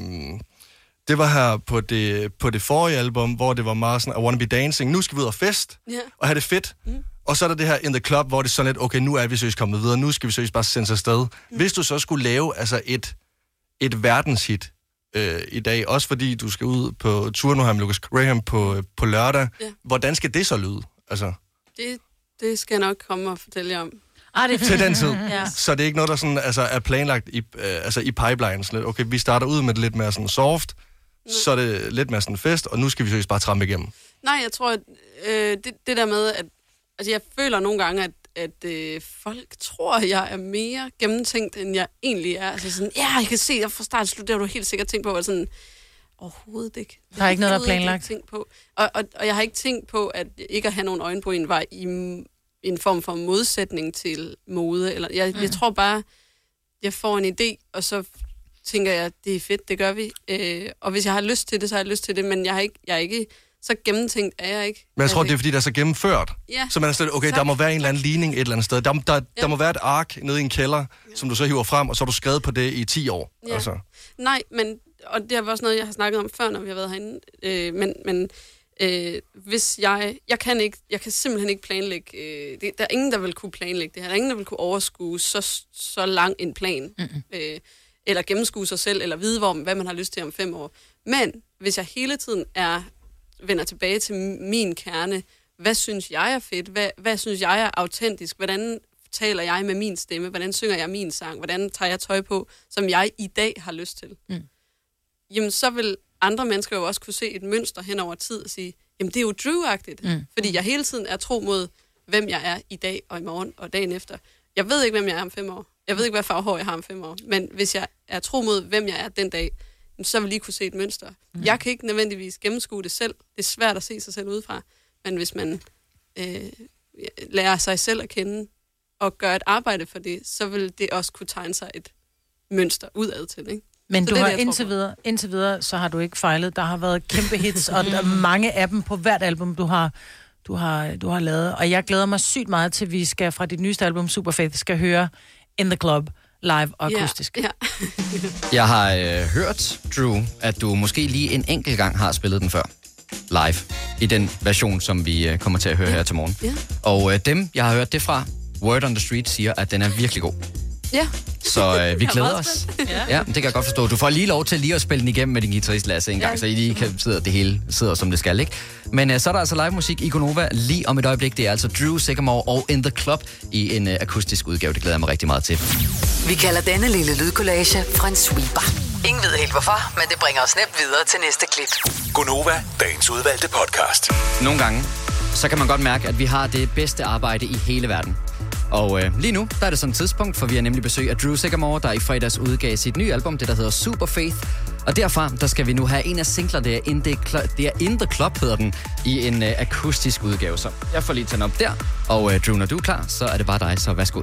det var her på det, på det forrige album, hvor det var meget sådan, I wanna be dancing, nu skal vi ud og fest, yeah. og have det fedt. Mm. Og så er der det her In The Club, hvor det er sådan lidt, okay, nu er vi seriøst kommet videre, nu skal vi seriøst bare sende sig afsted. Mm. Hvis du så skulle lave altså et, et verdenshit øh, i dag, også fordi du skal ud på tur nu her med Lucas Graham på, på lørdag, yeah. hvordan skal det så lyde? Altså... Det, det skal jeg nok komme og fortælle jer om. Ah, det er til den tid. Ja. Så det er ikke noget, der sådan, altså, er planlagt i, øh, altså, i pipelines. Okay, vi starter ud med det lidt mere sådan soft, mm. så er det lidt mere sådan fest, og nu skal vi seriøst bare trampe igennem. Nej, jeg tror, at øh, det, det der med, at altså, jeg føler nogle gange, at, at øh, folk tror, at jeg er mere gennemtænkt, end jeg egentlig er. Altså sådan, ja, jeg kan se, at fra start slut, det har du helt sikkert tænkt på, og sådan, overhovedet ikke. Der er ikke noget, der er planlagt. Tænkt på. Og, og, og jeg har ikke tænkt på, at ikke at have nogen øjne på en var i en form for modsætning til mode. Eller, jeg, mm. jeg tror bare, jeg får en idé, og så tænker jeg, det er fedt, det gør vi. Øh, og hvis jeg har lyst til det, så har jeg lyst til det, men jeg, har ikke, jeg er ikke så gennemtænkt, er jeg ikke. Men jeg tror, det er, fordi det er så gennemført. Ja. Så man er sådan, okay, tak. Der må være en eller anden ligning et eller andet sted. Der, der, ja. der må være et ark nede i en kælder, ja. som du så hiver frem, og så har du skrevet på det i ti år. Ja. Altså. Nej, men, og det er også noget, jeg har snakket om før, når vi har været herinde, øh, men... men Øh, hvis jeg, jeg kan ikke, jeg kan simpelthen ikke planlægge, øh, det, der er ingen, der vil kunne planlægge det her, der er ingen, der vil kunne overskue så, så lang en plan, mm-hmm. øh, eller gennemskue sig selv, eller vide, hvor, hvad man har lyst til om fem år. Men hvis jeg hele tiden er, vender tilbage til min kerne, hvad synes jeg er fedt, hvad, hvad synes jeg er autentisk, hvordan taler jeg med min stemme, hvordan synger jeg min sang, hvordan tager jeg tøj på, som jeg i dag har lyst til, mm. jamen så vil andre mennesker jo også kunne se et mønster hen over tid og sige, jamen det er jo Drew-agtigt, mm. fordi jeg hele tiden er tro mod, hvem jeg er i dag og i morgen og dagen efter. Jeg ved ikke, hvem jeg er om fem år. Jeg ved ikke, hvad farvehår jeg har om fem år. Men hvis jeg er tro mod, hvem jeg er den dag, så vil jeg lige kunne se et mønster. Mm. Jeg kan ikke nødvendigvis gennemskue det selv. Det er svært at se sig selv udefra. Men hvis man øh, lærer sig selv at kende og gør et arbejde for det, så vil det også kunne tegne sig et mønster udad til, ikke? Men så du det, har det, indtil videre, indtil videre, så har du ikke fejlet. Der har været kæmpe hits, og der er mange af dem på hvert album, du har, du har, du har lavet. Og jeg glæder mig sygt meget til, at vi skal fra dit nyeste album, Super Faith, skal høre In The Club live og akustisk. Ja, ja. Jeg har øh, hørt, Drew, at du måske lige en enkelt gang har spillet den før. Live. I den version, som vi øh, kommer til at høre ja. her til morgen. Ja. Og øh, dem, jeg har hørt det fra, Word on the Street siger, at den er virkelig god. Ja. Så øh, vi glæder os. Ja. ja, det kan jeg godt forstå. Du får lige lov til lige at spille den igennem med din guitarist Lasse en gang, ja. så I lige kan sidde, det hele sidder som det skal, ikke? Men øh, så er der altså live musik i Gonova lige om et øjeblik. Det er altså Drew Sigamore og In The Club i en øh, akustisk udgave. Det glæder jeg mig rigtig meget til. Vi kalder denne lille lydkollage en sweeper. Ingen ved helt hvorfor, men det bringer os nemt videre til næste klip. Gonova, dagens udvalgte podcast. Nogle gange, så kan man godt mærke, at vi har det bedste arbejde i hele verden. Og øh, lige nu, der er det sådan et tidspunkt, for vi har nemlig besøg af Drew Sigamore, der i fredags udgav sit nye album, det der hedder Super Faith. Og derfra, der skal vi nu have en af singler, det er In The Club, det er In The Club hedder den, i en øh, akustisk udgave. Så jeg får lige taget den op der, og øh, Drew, når du er klar, så er det bare dig, så værsgo.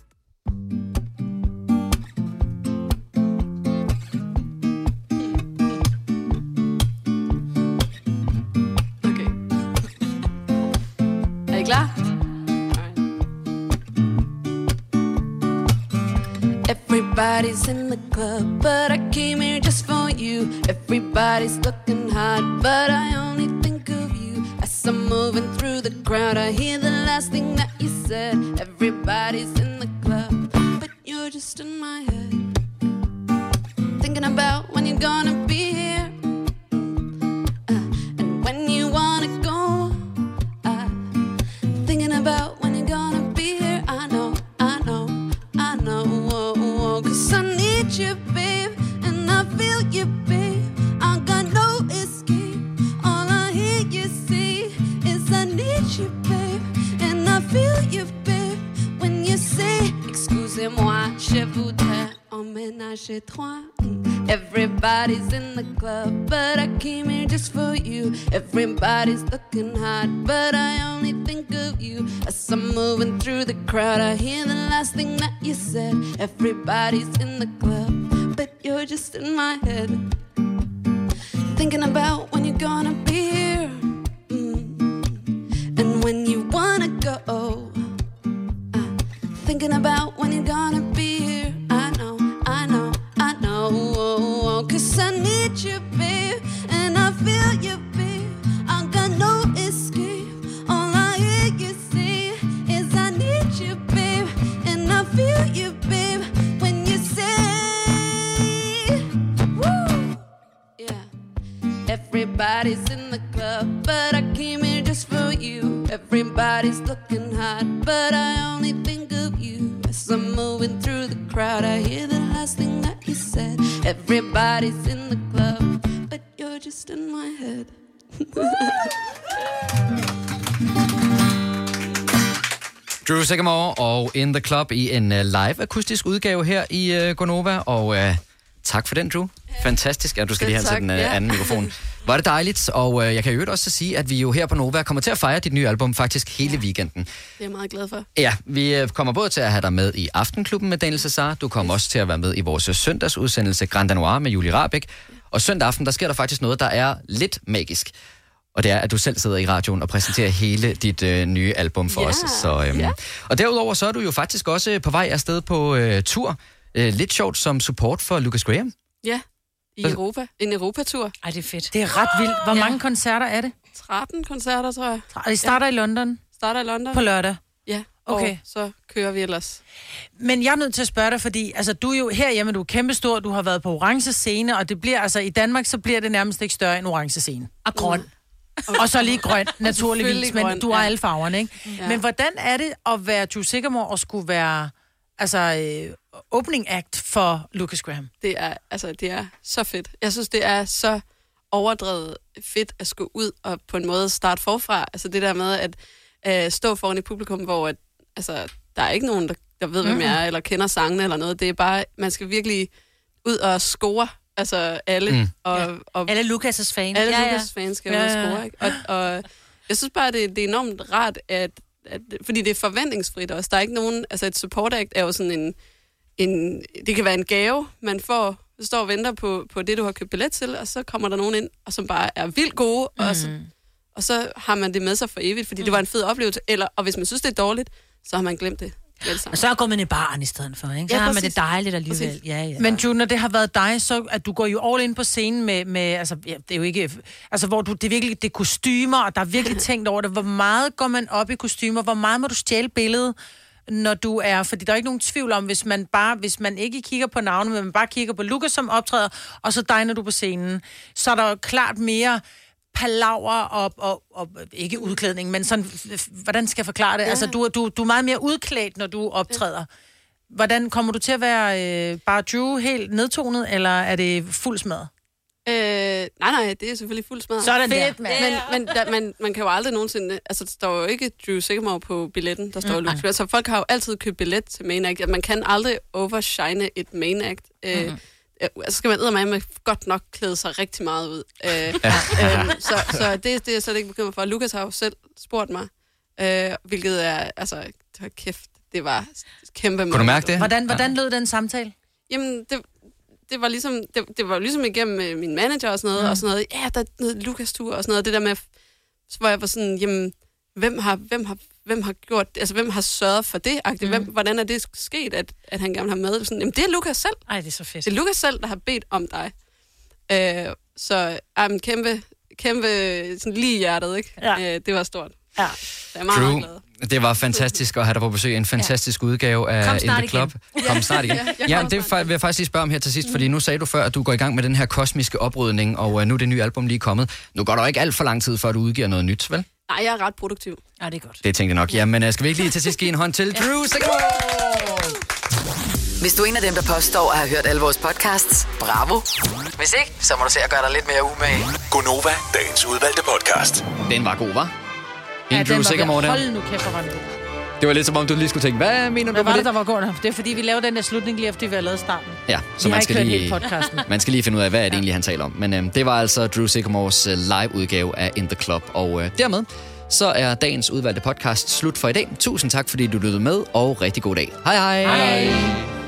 Okay. Er I klar? Everybody's in the club, but I came here just for you. Everybody's looking hot, but I only think of you. As I'm moving through the crowd, I hear the last thing that you said. Everybody's in the club, but you're just in my head. Thinking about when you're gonna be here, uh, and when you you, babe. And I feel you, babe, when you say, excusez-moi, je voudrais emménager trois. Everybody's in the club, but I came here just for you. Everybody's looking hot, but I only think of you. As I'm moving through the crowd, I hear the last thing that you said. Everybody's in the club, but you're just in my head. Thinking about when you're gonna be here, mm. and when you wanna go. uh, Thinking about when you're gonna be here. I know, I know, I know. Cause I need you, babe, and I feel you, babe. I got no escape. All I hear you say is I need you, babe, and I feel you, babe, when you say, woo, yeah. Everybody's in the club, but I came here just for you. Everybody's looking hot, but I only think of you. As I'm moving through the crowd, I hear the last thing that you said. Everybody's in the club, but you're just in my head. Drew Sigamore og In The Club i en uh, live akustisk udgave her i uh, Gonova, og uh, tak for den, Drew. Fantastisk, at ja, du skal lige have til den uh, anden mikrofon. Var det dejligt, og uh, jeg kan jo også sige, at vi jo her på Nova kommer til at fejre dit nye album faktisk hele ja. weekenden. Det er jeg meget glad for. Ja, vi uh, kommer både til at have dig med i Aftenklubben med Daniel Cesar, du kommer yes. også til at være med i vores søndagsudsendelse Grand Noir med Julie Rahbek, og søndag aften, der sker der faktisk noget, der er lidt magisk. Og det er, at du selv sidder i radioen og præsenterer hele dit øh, nye album for yeah. os. Så, øhm, yeah. Og derudover så er du jo faktisk også på vej afsted på øh, tur. Øh, lidt sjovt som support for Lucas Graham. Ja, i Europa. En Europatur. Ej, det er fedt. Det er ret vildt. Hvor ja. mange koncerter er det? tretten koncerter, tror jeg. Og I starter ja. i London? Starter i London. På lørdag? Ja, okay. Og så kører vi ellers. Men jeg er nødt til at spørge dig, fordi altså, du er jo herhjemme, du er kæmpestor, du har været på orange scene, og det bliver, altså i Danmark, så bliver det nærmest ikke større end orange scene. Og grøn. Mm. Og så lige grøn, naturligvis, men grøn, du har ja. alle farverne, ikke? Ja. Men hvordan er det at være Drew Sigamore og skulle være altså øh, opening act for Lucas Graham? Det er, altså, det er så fedt. Jeg synes, det er så overdrevet fedt at skulle ud og på en måde starte forfra. Altså det der med at øh, stå foran et publikum, hvor at, altså, der er ikke nogen, der, der ved, hvem jeg er, eller kender sangene eller noget. Det er bare, man skal virkelig ud og score. Altså alle. Mm. Og, ja. og, alle Lucas' fans. Alle ja, Lucas' fans skal ja, jo ja, ja. score, ikke? Og, og jeg synes bare, det, det er enormt rart, at, at, fordi det er forventningsfrit også. Der er ikke nogen, altså et support act er jo sådan en, en det kan være en gave, man får, du står og venter på, på det, du har købt billet til, og så kommer der nogen ind, og som bare er vildt gode, mm. og, så, og så har man det med sig for evigt, fordi mm. det var en fed oplevelse. Eller, og hvis man synes, det er dårligt, så har man glemt det. Og så går man i baren i stedet for, ikke? Så ja, har man det dejligt alligevel. Ja, ja. Men June, når det har været dig, så at du går jo all in på scenen med, med altså, ja, det er jo ikke, altså hvor du, det er virkelig, det er kostymer, og der er virkelig tænkt over det. Hvor meget går man op i kostymer? Hvor meget må du stjæle billedet, når du er, fordi der er ikke nogen tvivl om, hvis man bare, hvis man ikke kigger på navnet, men man bare kigger på Lucas, som optræder, og så dig, når du er på scenen, så er der jo klart mere palaver og, og, og ikke udklædning, men sådan, hvordan skal jeg forklare det? Ja. Altså, du, du, du er meget mere udklædt, når du optræder. Hvordan kommer du til at være øh, bare Drew helt nedtonet, eller er det fuld smad? Øh, nej, nej, det er selvfølgelig fuld smad. Sådan der. Men, men der, man, man kan jo aldrig nogensinde, altså der står jo ikke Drew Sigamore på billetten, der står mm, Lucas. Altså folk har jo altid købt billet til main act. Man kan aldrig overshine et main act. Øh, mm. Så skal man eddermame med godt nok klæde sig rigtig meget ud. Øh, ja. øh, så så det, det er så det ikke bekymret for. Lucas har jo selv spurgt mig, øh, hvilket er, altså, kæft, det var kæmpe måde. Kunne du mærke det? Hvordan, hvordan lød den samtale? Jamen, det, det var ligesom, det, det var ligesom igennem min manager og sådan noget, mm. og sådan noget, ja, der er noget Lucas-tur og sådan noget, det der med, hvor jeg var sådan, jamen, hvem har, hvem har, hvem har gjort, altså hvem har sørget for det? Mm. Hvem, hvordan er det sket, at, at han gerne vil have med? Sådan, jamen, det er Lucas selv. Ej, det er så fedt. Det er Lucas selv, der har bedt om dig. Øh, så um, kæmpe, kæmpe sådan lige i hjertet, ikke? Ja. Øh, det var stort. Ja. Jeg er meget, meget glad. Det var fantastisk at have dig på besøg. En fantastisk ja. udgave af In The Club. Igen. Kom snart igen. Ja, ja det vil jeg faktisk lige spørge om her til sidst, mm. fordi nu sagde du før, at du går i gang med den her kosmiske oprydning, og uh, nu er det nye album lige kommet. Nu går der ikke alt for lang tid, før du udgiver noget nyt, vel? Nej, jeg er ret produktiv. Ja, det er godt. Det tænkte jeg nok. Jamen, uh, skal vi ikke lige til sidst give en hånd til ja. Drew Sigamore? Hvis du er en af dem, der påstår at have hørt alle vores podcasts, bravo. Hvis ikke, så må du se at gøre dig lidt mere umage. Gonova, dagens udvalgte podcast. Den var god, hva'? En Ja, Drew den var Sycamore ved- der. Hold nu kæft, hvor var den god. Det var lidt som om, du lige skulle tænke, hvad mener Hvad du var med det, det? der var godt? Det er fordi, vi lavede den der slutning lige efter, vi har lavet starten. Ja, så Vi man har skal, ikke hørt lige, hele podcasten. man skal lige finde ud af, hvad er det egentlig, han taler om. Men øhm, det var altså Drew Sycamores øh, live-udgave af In The Club. Og øh, dermed, så er dagens udvalgte podcast slut for i dag. Tusind tak, fordi du lyttede med, og rigtig god dag. Hej hej! Hej.